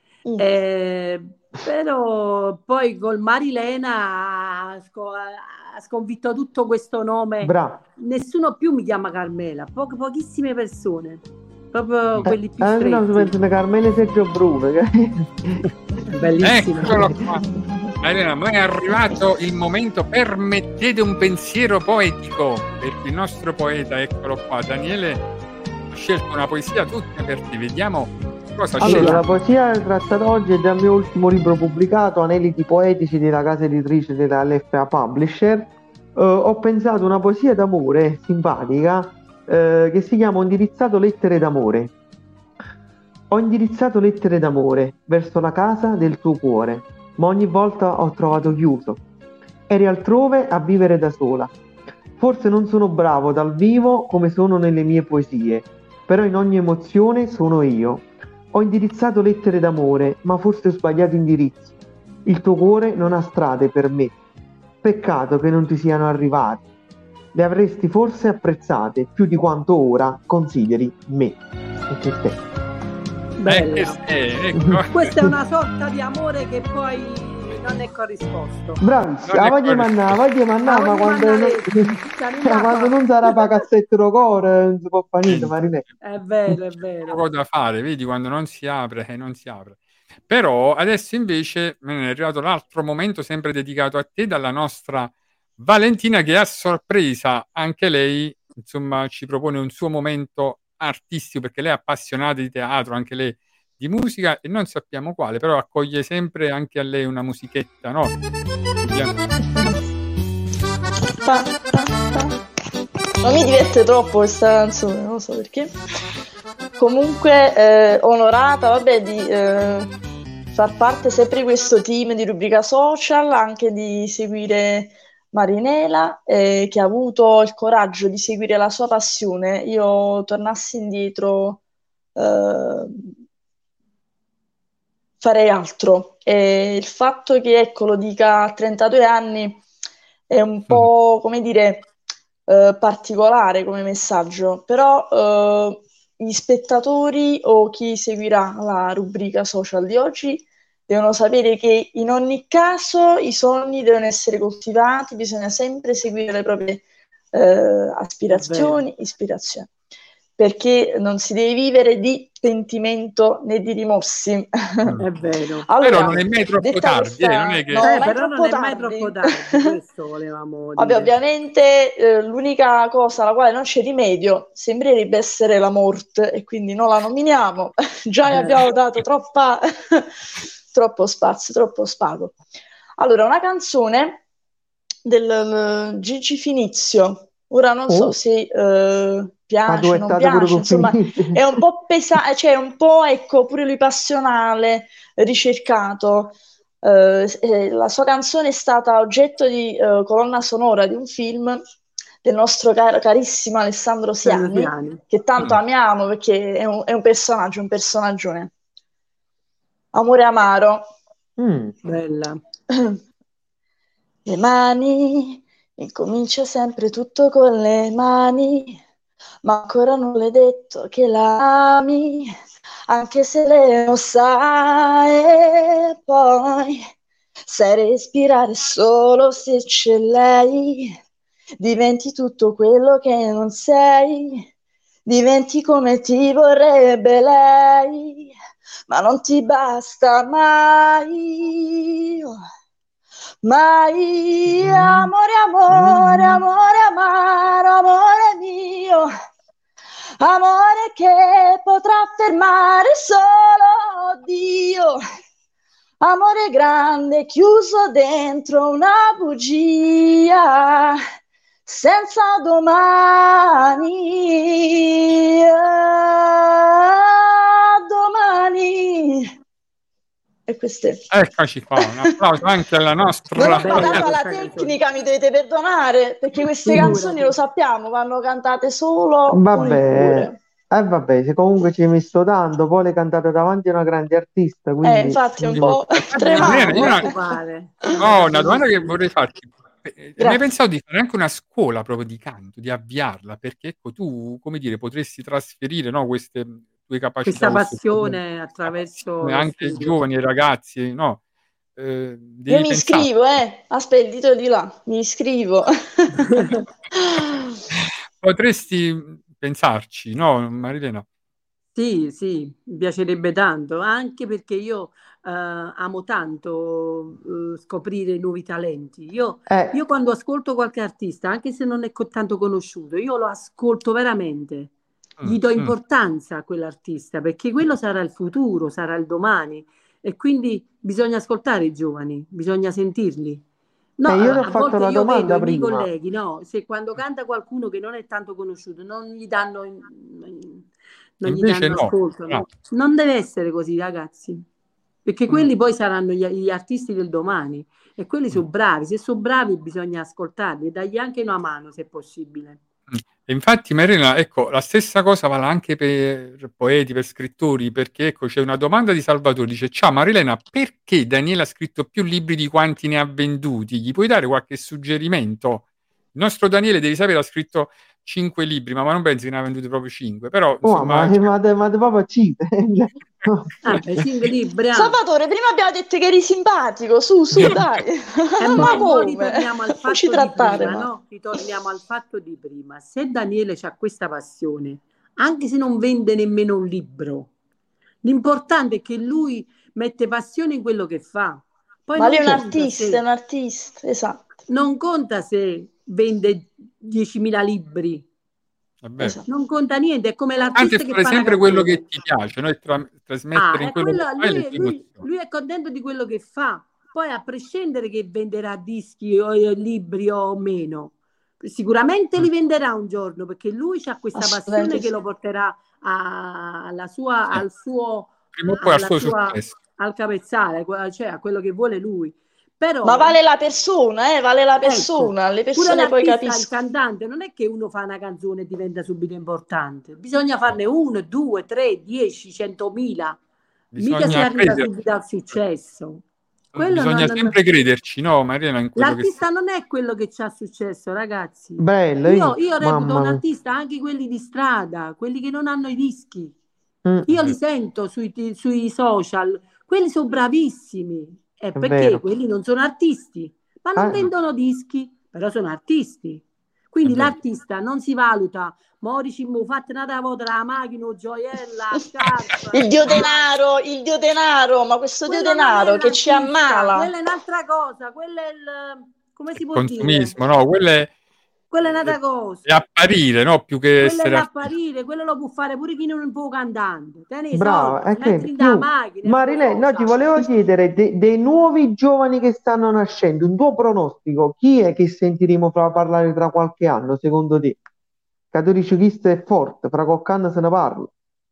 Però poi col Marilena ha sconfitto tutto questo nome. Nessuno più mi chiama Carmela, pochissime persone, proprio quelli più stretti. Carmela Sergio Bruno. Bellissimo. Eccolo qua. Marilena, ma è arrivato il momento, permettete un pensiero poetico, perché il nostro poeta, eccolo qua, Daniele, ha scelto una poesia tutta per te. Vediamo. Allora, la poesia trattata oggi è dal mio ultimo libro pubblicato, Aneliti poetici, della casa editrice della LFA Publisher. Ho pensato una poesia d'amore simpatica che si chiama Ho indirizzato lettere d'amore. Ho indirizzato lettere d'amore verso la casa del tuo cuore, ma ogni volta ho trovato chiuso. Eri altrove a vivere da sola. Forse non sono bravo dal vivo come sono nelle mie poesie, però in ogni emozione sono io. Ho indirizzato lettere d'amore, ma forse ho sbagliato indirizzo. Il tuo cuore non ha strade per me. Peccato che non ti siano arrivate. Le avresti forse apprezzate più di quanto ora consideri me. Bella. Ecco. Questa è una sorta di amore che poi non è corrisposto. Bravissima, Non è voglio mandare, ma quando non sarà pagazzetto cuore, non si può fare niente, Marinetta. È vero. Poco da fare, vedi quando non si apre. Però adesso invece me ne è arrivato l'altro momento sempre dedicato a te dalla nostra Valentina, che a sorpresa anche lei, insomma, ci propone un suo momento artistico, perché lei è appassionata di teatro, anche lei di musica, e non sappiamo quale, però accoglie sempre anche a lei una musichetta, no? Non mi diverte troppo questa canzone, non so perché. Comunque onorata, vabbè, di far parte sempre di questo team di Rubrica Social, anche di seguire Marinela, che ha avuto il coraggio di seguire la sua passione. Io tornassi indietro, farei altro. E il fatto che, ecco, lo dica a 32 anni è un po', come dire, particolare come messaggio, però gli spettatori o chi seguirà la rubrica social di oggi devono sapere che in ogni caso i sogni devono essere coltivati, bisogna sempre seguire le proprie aspirazioni, ispirazioni, perché non si deve vivere di pentimento né di rimorsi. È vero. Allora, però non è mai troppo tardi, non è che... No, però non è mai troppo tardi, questo volevamo dire. Vabbè, ovviamente l'unica cosa alla quale non c'è rimedio sembrerebbe essere la morte, e quindi non la nominiamo. Già ne abbiamo dato troppo spazio, troppo spago. Allora, una canzone del Gigi Finizio. Ora non so se piace, non piace, insomma, è un po' pesante, cioè un po', ecco, pure lui passionale, ricercato. La sua canzone è stata oggetto di colonna sonora di un film del nostro carissimo Alessandro Siani, che tanto amiamo perché è un personaggio, un personaggione. Amore amaro. Bella. Le mani, incomincia sempre tutto con le mani, ma ancora non le hai detto che la ami, anche se lei lo sa, e poi sai respirare solo se c'è lei, diventi tutto quello che non sei, diventi come ti vorrebbe lei, ma non ti basta mai. Mai, amore, amore, amore, amaro, amore mio, amore che potrà fermare solo Dio, amore grande chiuso dentro una bugia, senza domani, domani. E queste. Eccoci qua, un applauso anche alla nostra... Non ho pagato la tecnica, mi dovete perdonare, perché queste canzoni, lo sappiamo, vanno cantate solo vabbè, se comunque ci hai messo tanto, poi le cantate davanti a una grande artista, quindi... infatti è un po' tremante. Una domanda che vorrei farti. Mi hai pensato di fare anche una scuola proprio di canto, di avviarla, perché ecco, tu, come dire, potresti trasferire, no, queste tue capacità, questa passione attraverso anche ai giovani, ai ragazzi, no? Io mi iscrivo, aspetta, il dito di là, mi iscrivo. Potresti pensarci, no, Marilena? Sì, mi piacerebbe tanto, anche perché io amo tanto scoprire nuovi talenti. Io quando ascolto qualche artista, anche se non è tanto conosciuto, io lo ascolto veramente, gli do importanza a quell'artista, perché quello sarà il futuro, sarà il domani, e quindi bisogna ascoltare i giovani, bisogna sentirli. No, io ti ho a fatto volte una io domanda vedo i miei prima. colleghi, no, se quando canta qualcuno che non è tanto conosciuto, non gli danno... Non gli Invece danno no, ascolto, no. Non deve essere così, ragazzi, perché quelli poi saranno gli artisti del domani, e quelli sono bravi. Se sono bravi bisogna ascoltarli e dargli anche una mano, se possibile. E infatti, Marilena, ecco, la stessa cosa vale anche per poeti, per scrittori, perché ecco, c'è una domanda di Salvatore, dice: ciao Marilena, perché Daniele ha scritto più libri di quanti ne ha venduti? Gli puoi dare qualche suggerimento? Il nostro Daniele, devi sapere, ha scritto 5 libri, ma non pensi che ne ha venduti proprio 5, però insomma... ma proprio 5. Beh, 5 libri. Salvatore, prima abbiamo detto che eri simpatico, su, dai. Ma Ma come? ritorniamo al Non ci fatto di trattare, prima, ma... no? Ritorniamo al fatto di prima. Se Daniele ha questa passione, anche se non vende nemmeno un libro, l'importante è che lui mette passione in quello che fa. Poi Ma lui è non un conta artista, è un artista, esatto. non conta se vende 10.000 libri, Vabbè. Esatto. non conta niente, è come L'importante l'artista è che fare fa una sempre quello canzone. che ti piace, no? E trasmettere in È quello che quello, fai le tue emozioni. lui è contento di quello che fa, poi a prescindere che venderà dischi o libri o meno, sicuramente li venderà un giorno perché lui ha questa Assolutamente passione che sì. lo porterà alla sua, Sì. al suo, Prima o poi al alla suo sua, successo. al capezzale, cioè a quello che vuole lui. Però, Ma vale la persona, vale la ecco, persona, le pure persone poi l'artista, il capiscono. cantante, non è che uno fa una canzone e diventa subito importante, bisogna farne 1, 2, 3, 10, 100.000. Mica si Bisogna arriva crederci. subito al successo. Quello Bisogna sempre crederci, no, Mariana, in quello che L'artista fa. non è quello che ci ha successo, ragazzi. Bello, Io reputo un mamma mia. artista anche quelli di strada, quelli che non hanno i dischi. Mm, Io li sento sui social, quelli sono bravissimi. è Perché vero. quelli non sono artisti, ma non Ah, vendono dischi, però sono artisti. È Quindi vero. l'artista non si valuta. Morici, fate una volta la macchina, gioiella, scarpa. Il dio denaro, ma questo dio Quello non è denaro che ci l'artista, ammala. quella è un'altra cosa, quello è il, come si può Consumismo, dire? no, quello Quella è un'altra cosa. è apparire, no, più che Quello è essere artista. l'apparire, quello lo può fare pure chi non è un po' cantante. Te ne brava, soldi, è che metti in da macchina, Marilena, no, ti volevo chiedere dei nuovi giovani che stanno nascendo, un tuo pronostico, chi è che sentiremo parlare tra qualche anno, secondo te? Che tu dici chi è forte, fra qualche anno se ne parla.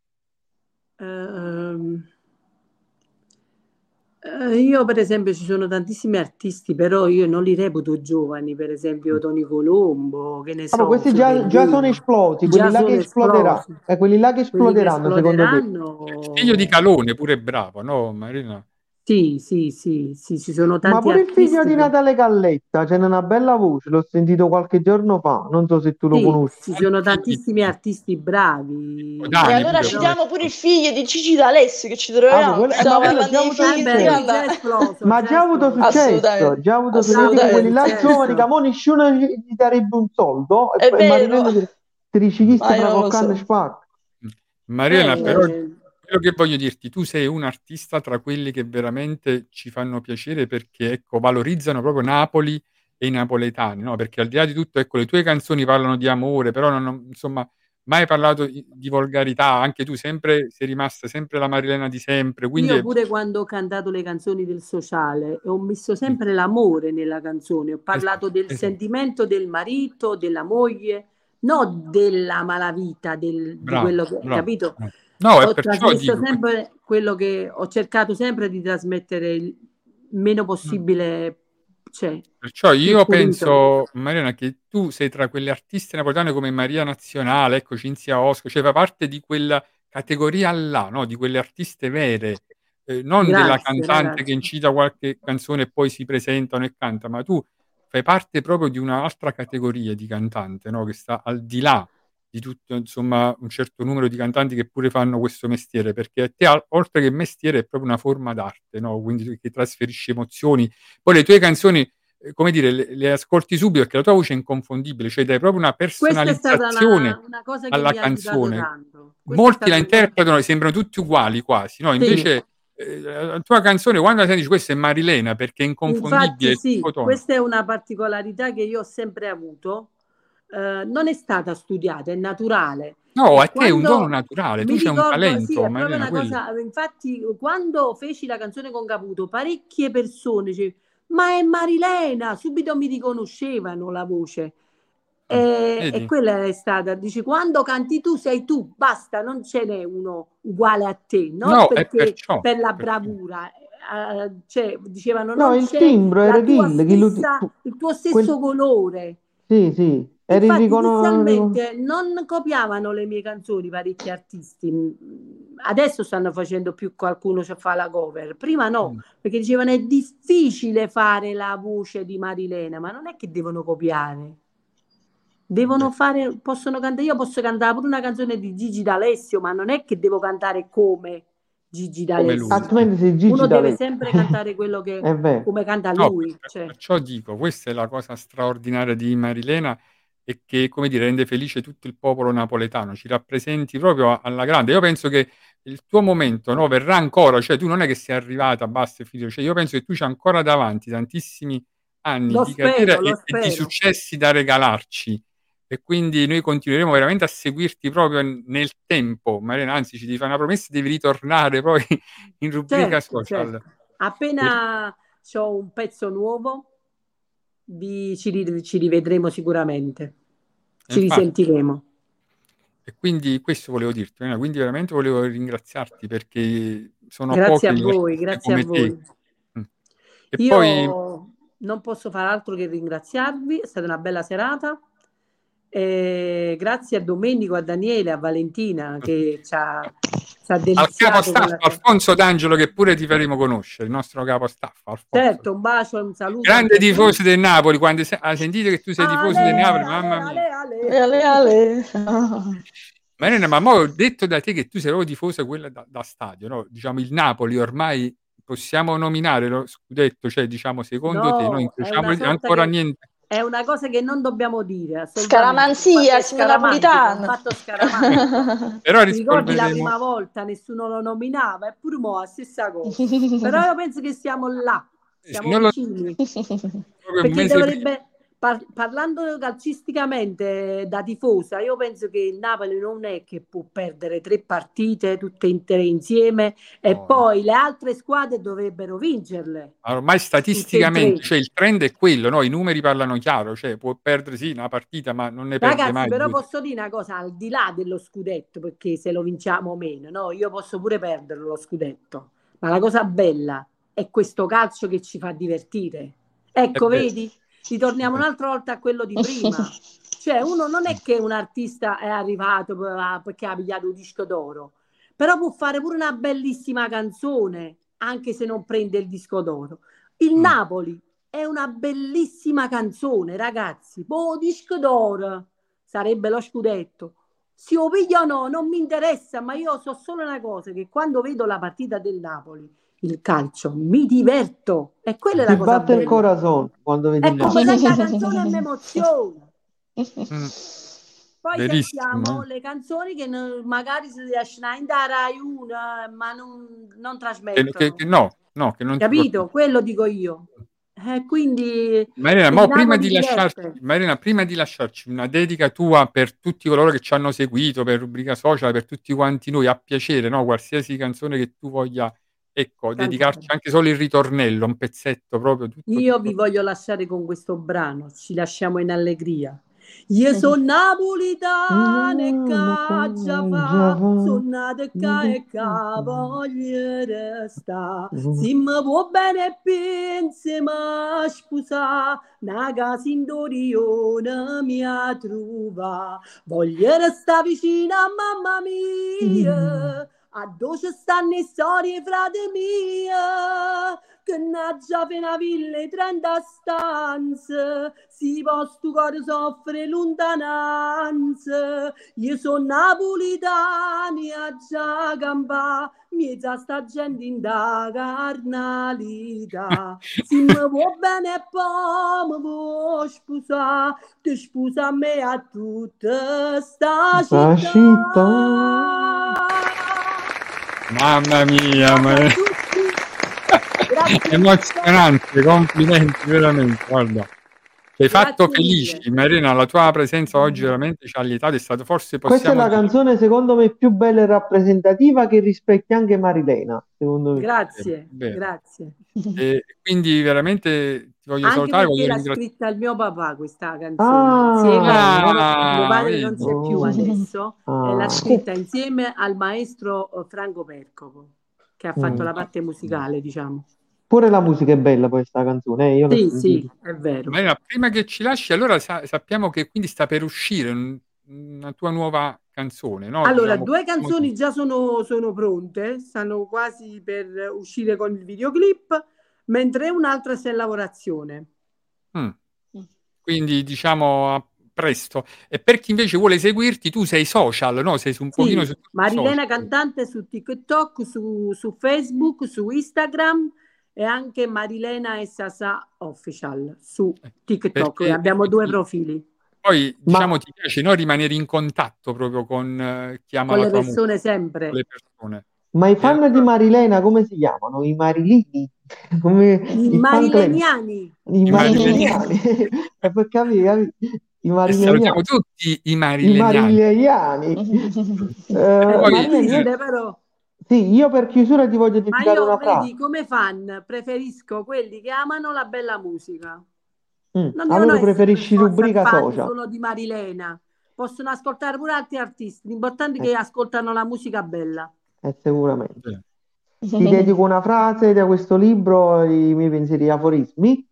Io per esempio ci sono tantissimi artisti, però io non li reputo giovani, per esempio Tony Colombo, che ne so, Questi già sono esplosi, quelli già là che sono esploderà, esplosi. quelli là che Quelli che esploderanno, secondo te? Il figlio di Calone, pure è bravo, no, Marina? Sì, ci sono Ma tanti pure il figlio artisti di Natale Galletta, c'è una bella voce, l'ho sentito qualche giorno fa, non so se tu lo Sì, conosci. ci sono Tanti figli. tantissimi artisti bravi. E Dani allora pure, citiamo pure però. il figlio di Gigi D'Alessio che ci troviamo. Ma Stiamo quello parlando già ha di avuto figli che Beh, ti successo, già è cantano. esploso, ma già è già ha avuto esploso. successo, Già vedi che quelli là successo. giovani, che mo nessuno gli darebbe un soldo, È e vero, Marilena ti dici chi ma sta io fra non lo qualche anno so. spacca. Mariana, però Eh, quello che voglio dirti, tu sei un artista tra quelli che veramente ci fanno piacere perché, ecco, valorizzano proprio Napoli e i napoletani, no? Perché al di là di tutto, ecco, le tue canzoni parlano di amore, però insomma, mai parlato di volgarità, anche tu sempre sei rimasta sempre la Marilena di sempre, quindi Io pure quando ho cantato le canzoni del sociale ho messo sì, sempre l'amore nella canzone, ho parlato esatto, del sentimento del marito, della moglie, non della malavita, di bravo, quello che, bravo. capito? No, è Ho perciò trasmesso dico, sempre quello che ho cercato sempre di trasmettere il meno possibile, cioè, perciò più io pulito. penso, Mariana, che tu sei tra quelle artiste napoletane come Maria Nazionale, ecco, Cinzia Osco, cioè fa parte di quella categoria là, no? Di quelle artiste vere, non della Grazie, cantante che ragazzi. incita qualche canzone e poi si presentano e canta, ma tu fai parte proprio di un'altra categoria di cantante, no? Che sta al di là di tutto, insomma, un certo numero di cantanti che pure fanno questo mestiere, perché te, oltre che mestiere, è proprio una forma d'arte, no? Quindi che trasferisce emozioni. Poi le tue canzoni, come dire, le ascolti subito perché la tua voce è inconfondibile, cioè dai proprio una Questa è stata personalizzazione una cosa che alla mi ha aiutato canzone. tanto. Questa è Molti la stata una cosa... interpretano e sembrano tutti uguali quasi, no? Sì. Invece la tua canzone, quando la senti, questa è Marilena perché è inconfondibile, Infatti è sì, tutto tono. questa è una particolarità che io ho sempre avuto. Non è stata studiata, è naturale. No, E a te è un dono quando naturale, tu mi c'hai un ricordo, sì, talento, è proprio Marilena, una quello. cosa. Infatti, quando feci la canzone con Caputo, parecchie persone dicevano, ma è Marilena, subito mi riconoscevano la voce. E Vedi? quella è stata, dici, quando canti tu sei tu, basta, non ce n'è uno uguale a te, non No, è perché perciò. per la bravura, cioè, dicevano No, non il c'è timbro la era tua kill, stessa, il tuo stesso quel, colore. sì, eri Infatti inizialmente non copiavano le mie canzoni parecchi artisti, adesso stanno facendo più qualcuno che fa la cover, prima no, perché dicevano è difficile fare la voce di Marilena, ma non è che devono copiare, devono fare, possono cantare, io posso cantare pure una canzone di Gigi D'Alessio, ma non è che devo cantare come Gigi come lui. D'Alessio. Altrimenti se Gigi Uno deve D'Alessio. sempre cantare quello che È vero. come canta No, lui. Cioè. perciò dico, questa è la cosa straordinaria di Marilena e che, come dire, rende felice tutto il popolo napoletano, ci rappresenti proprio alla grande. Io penso che il tuo momento, no, verrà ancora, cioè tu non è che sei arrivata, basta e finito, cioè io penso che tu c'hai ancora davanti tantissimi anni Lo di carriera spero, lo e di spero. successi da regalarci. E quindi noi continueremo veramente a seguirti proprio nel tempo, Marilena, anzi ci devi fare una promessa, devi ritornare poi in rubrica Certo, social. certo. Appena c'ho un pezzo nuovo, ci rivedremo sicuramente. Ci Infatti, risentiremo. e quindi questo volevo dirti, Marilena, quindi veramente volevo ringraziarti perché sono Grazie a pochi gli voi, artisti grazie a come te. voi. E poi Io non posso fare altro che ringraziarvi, è stata una bella serata. Grazie a Domenico, a Daniele, a Valentina che ci ha al deliziato capo con staff Alfonso D'Angelo, che pure ti faremo conoscere, il nostro capo staff Alfonso. Certo, un bacio e un saluto. Grande tifoso del Napoli, quando hai sentito che tu sei tifoso del Napoli, mamma mia. Ale. Marina, ma mo ho detto da te che tu sei proprio tifosa quella da stadio, no? Diciamo il Napoli ormai possiamo nominare lo scudetto, cioè diciamo secondo te, no? No, è una Incrociamo sorta ancora che niente. è una cosa che non dobbiamo dire assolutamente. Scaramanzia, È signor scaramantico, è un Napolitano. fatto scaramantico. Però Ti ricordi la rispolveremo. prima volta nessuno lo nominava, eppure mo' la stessa cosa. Però io penso che siamo là, siamo Non lo vicini. proprio un Perché mese prima. dovrebbe, parlando calcisticamente da tifosa, io penso che il Napoli non è che può perdere 3 partite tutte intere insieme e No, poi le altre squadre dovrebbero vincerle. ormai Tutte e statisticamente, tre. cioè il trend è quello, no? I numeri parlano chiaro, cioè può perdere sì una partita, ma non ne perde Ragazzi, mai però 2. posso dire una cosa, al di là dello scudetto, perché se lo vinciamo o meno, no? Io posso pure perderlo lo scudetto, ma la cosa bella è questo calcio che ci fa divertire. Ecco, vero. vedi? Ritorniamo un'altra volta a quello di prima. Cioè, uno non è che un artista è arrivato perché ha pigliato un disco d'oro, però può fare pure una bellissima canzone, anche se non prende il disco d'oro. Il Napoli è una bellissima canzone, ragazzi. Boh, disco d'oro sarebbe lo scudetto. Se lo piglia o no, non mi interessa, ma io so solo una cosa, che quando vedo la partita del Napoli, il calcio, mi diverto. E quella è la Ti cosa batte il bella. corazon quando vedi È il come Napoli. se la canzone mi emoziona. Poi Verissimo, sentiamo le canzoni che magari si riescono a andare a Rai 1, ma non trasmettono. che no, che non si Capito? Quello dico io. Quindi Marina, il Napoli diverte. Marina, prima di lasciarci una dedica tua per tutti coloro che ci hanno seguito, per Rubrica Social, per tutti quanti noi, a piacere, no? Qualsiasi canzone che tu voglia, ecco, dedicarci anche solo il ritornello, un pezzetto proprio tutto. Io vi voglio lasciare con questo brano, ci lasciamo in allegria. Io sono napolitana e già fa, sono nata e voglio restare. Se mi può bene pensi ma sposa, una casa in Dorione mi trova. Voglio restare vicino a mamma mia, a dove stanno le storie frate mia. Che già fino a ville 30 stanze, si posto cuore soffre lontananza. Io sono napolitani a già campà, mezza sta gente in da carnalità. Se mi può bene e poi mi può sposare, ti sposa a me a tutta sta città. Mamma mia, emozionante, complimenti veramente, guarda. Ci hai fatto felici, Marina, la tua presenza oggi veramente ci ha lietato, è stato forse Questa è la canzone secondo me più bella e rappresentativa che rispecchia anche Marilena, secondo me. Grazie, grazie. E quindi veramente ti voglio anche salutare. Perché l'ha scritta il mio papà questa canzone, insieme mio padre non c'è più adesso, e l'ha scritta insieme al maestro Franco Percopo, che ha fatto la parte musicale, diciamo. Pure la musica è bella poi sta canzone, io sì, è vero. Marina, prima che ci lasci, allora sappiamo che quindi sta per uscire una tua nuova canzone, no? Allora, diciamo, 2 canzoni già sono pronte, stanno quasi per uscire con il videoclip, mentre un'altra sta in lavorazione. Quindi diciamo presto. E per chi invece vuole seguirti, tu sei social, no? Sei su un pochino Sì, su tutti i Marilena social. Cantante su TikTok, su Facebook, su Instagram e anche Marilena e Sasà Official su TikTok. Perché Abbiamo 2 profili poi, diciamo, Ma, ti piace, no, rimanere in contatto proprio con chi ama con la le tua musica, persone con sempre. le persone. ma i E fan di allora, Marilena come si chiamano? I Marilini? Come I il fan club? marileniani. I i marileniani. Marileniani? E per capire, i E salutiamo Marileniani. tutti i I marileniani. Marileniani. È Poi, Marilena, difficile però. sì, io per chiusura ti voglio Ma dedicare io, una frase. vedi, come fan preferisco quelli che amano la bella musica. Non devono Allora essere per preferisci forza rubrica fan social? solo di Marilena. Possono ascoltare pure altri artisti. L'importante è che ascoltano la musica bella. Sicuramente. sì. Ti dedico una frase da questo libro, i miei pensieri aforismi.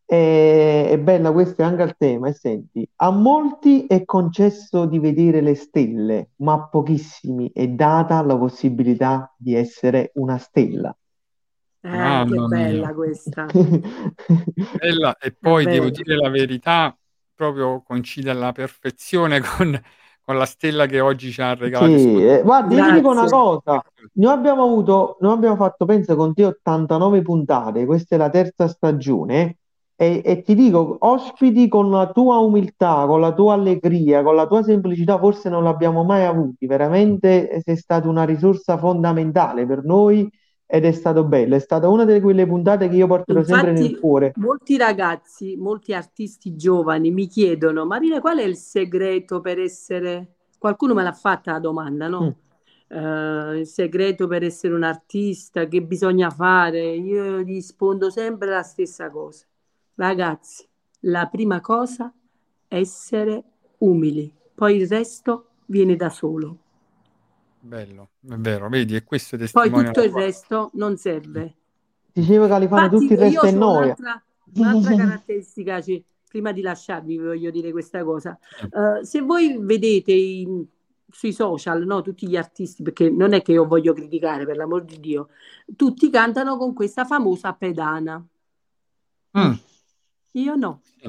È bella questa è anche al tema. E senti, a molti è concesso di vedere le stelle, ma a pochissimi è data la possibilità di essere una stella. Che Mamma mia. bella questa. Bella, e È poi devo vero. dire la verità, proprio coincide alla perfezione con la stella che oggi ci ha regalato Sì, guarda, io ti dico una Grazie. cosa, noi abbiamo fatto, penso, con te 89 puntate, questa è la terza stagione, e ti dico, ospiti con la tua umiltà, con la tua allegria, con la tua semplicità, forse non l'abbiamo mai avuti, veramente sei stata una risorsa fondamentale per noi ed è stato bello, è stata una di quelle puntate che io porterò sempre nel Infatti, cuore. molti ragazzi, molti artisti giovani mi chiedono: Marina, qual è il segreto per essere... Qualcuno me l'ha fatta la domanda, Mm. no? Il segreto per essere un artista, che bisogna fare? Io rispondo sempre la stessa cosa. Ragazzi, la prima cosa è essere umili, poi il resto viene da solo. Bello, è vero, vedi, e questo Poi testimonia tutto la il tua. resto non serve. Diceva Califano, Infatti, tutto il resto io è ho noia. un'altra caratteristica, prima di lasciarvi, vi voglio dire questa cosa. Se voi vedete sui social, no, tutti gli artisti, perché non è che io voglio criticare, per l'amor di Dio, tutti cantano con questa famosa pedana. Mm, Io no. sì.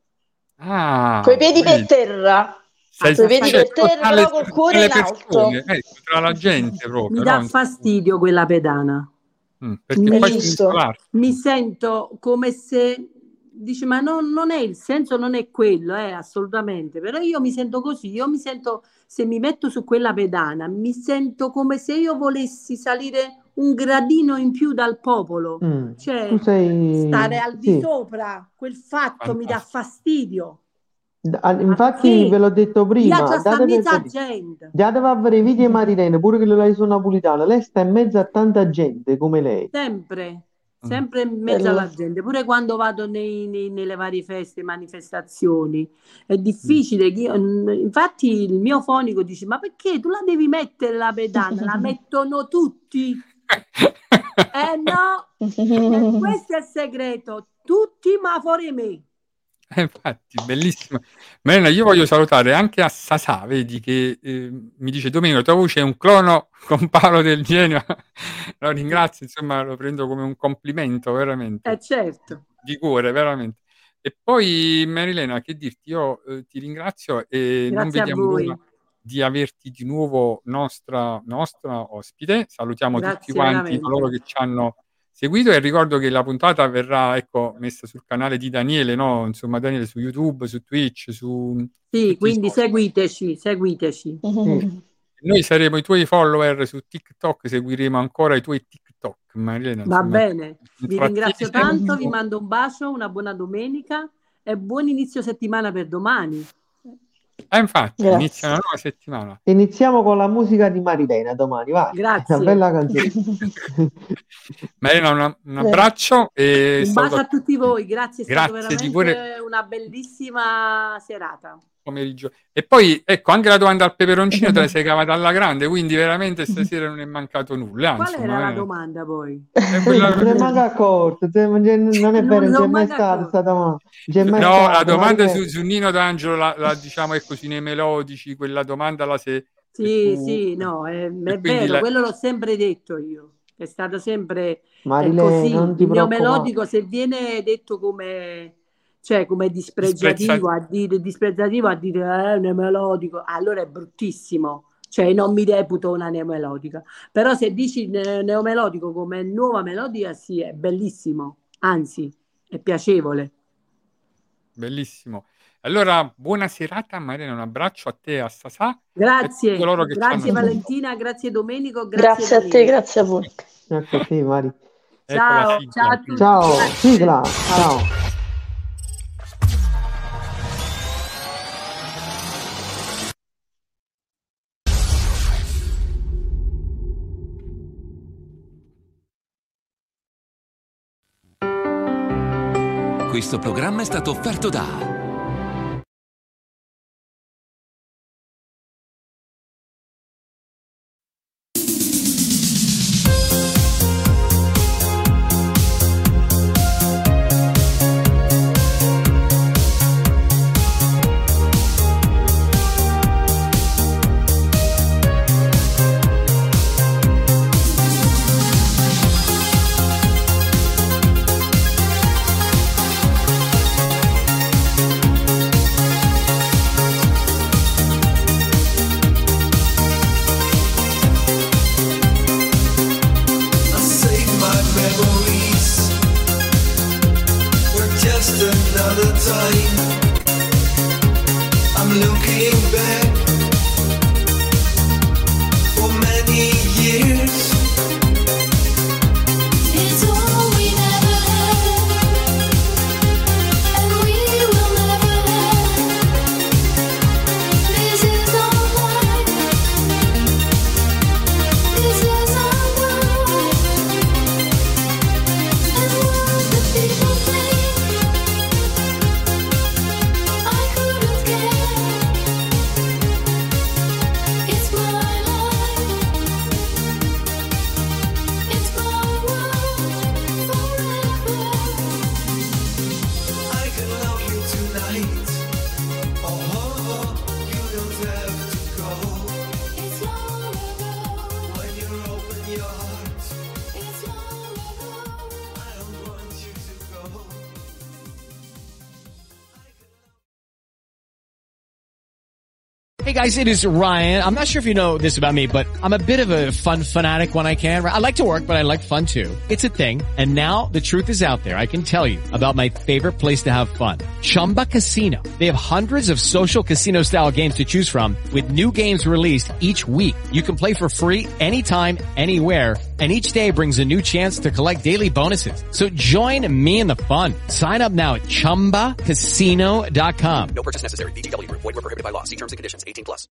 Ah, Coi piedi per vedi, terra. sei, Coi piedi cioè, per terra, tra le, però col tra cuore le in alto. persone, ecco, tra la gente Mi proprio, dà no? fastidio quella pedana. Perché È poi Mi, si giusto. isolarsi. mi sento come se dice, ma non è il senso, non è quello, assolutamente. Però io mi sento così, io mi sento, se mi metto su quella pedana, mi sento come se io volessi salire un gradino in più dal popolo, Tu cioè stare sei, al di sì. sopra, quel fatto mi dà Fantastico. fastidio. Ma Infatti ve che? l'ho detto Io prima, già sta mezza gente. datevi a vedere i video di Marilene, pure che lei su napolitana, lei sta in mezzo a tanta gente come lei. Sempre, Mm. sempre in mezzo Bello. alla gente, pure quando vado nelle varie feste, manifestazioni, è Mm. difficile. Infatti il mio fonico dice, ma perché tu la devi mettere la pedana? La mettono tutti. No, questo è il segreto, tutti ma fuori me. Infatti, bellissimo. Marina, io voglio salutare anche a Sasà, vedi che mi dice Domenico, tua voce è un clono con Paolo del Genio. Lo ringrazio, insomma, lo prendo come un complimento, veramente, Certo, di cuore, veramente. E poi, Marilena, che dirti, io ti ringrazio e non grazie a vediamo l'ora voi, di averti di nuovo nostra ospite. Salutiamo tutti grazie quanti coloro veramente. che ci hanno seguito e ricordo che la puntata verrà, ecco, messa sul canale di Daniele, no? Insomma, Daniele su YouTube, su Twitch, su Sì, tutti i quindi social. seguiteci, seguiteci. Sì. Noi saremo i tuoi follower su TikTok, seguiremo ancora i tuoi TikTok, Marilena, Va insomma, bene, ci vi intrattieni ringrazio tanto, vi sempre. mando un bacio, una buona domenica e buon inizio settimana per domani. Infatti, inizia una Grazie. nuova settimana. Iniziamo con la musica di Marilena domani, vai, una Grazie. bella canzone. Marina, un abbraccio e Un saluto bacio a a tutti tutti. voi, grazie, è stato Grazie di cuore veramente una bellissima serata. pomeriggio. E poi, ecco, anche la domanda al peperoncino te la sei cavata alla grande, quindi veramente stasera non è mancato nulla, Qual era la insomma. domanda poi? È Vedi, non quella... se n'è manco accorto, non è vero, Non non c'è sono mai manco stato, accorta. non c'è mai No, la stato, domanda Marilena. su Nino D'Angelo, diciamo, ecco, sui nei melodici, quella domanda là se Sì, tu... sì, no, è E quindi vero, quello l'ho sempre detto io, è stato sempre Marilena, così. non ti Il mio preoccupare. melodico, se viene detto come Cioè, come dispregiativo a dire è neomelodico, allora è bruttissimo. Cioè, non mi reputo una neomelodica. Però se dici neomelodico come nuova melodia, sì, è bellissimo. Anzi, è piacevole. Bellissimo. Allora, buona serata, Marina, un abbraccio a te, a Sasà. Grazie, Che grazie Valentina, grazie Domenico, grazie a te, grazie a voi. Grazie a te, Mari. Ciao, ciao a tutti. Ciao, sigla, ciao. Questo programma è stato offerto da Hey guys, it is Ryan. I'm not sure if you know this about me, but I'm a bit of a fun fanatic when I can. I like to work, but I like fun too. It's a thing. And now the truth is out there. I can tell you about my favorite place to have fun. Chumba Casino. They have hundreds of social casino style games to choose from with new games released each week. You can play for free anytime, anywhere. And each day brings a new chance to collect daily bonuses. So join me in the fun. Sign up now at ChumbaCasino.com. No purchase necessary. VGW Group. Void where prohibited by law. See terms and conditions. 18+.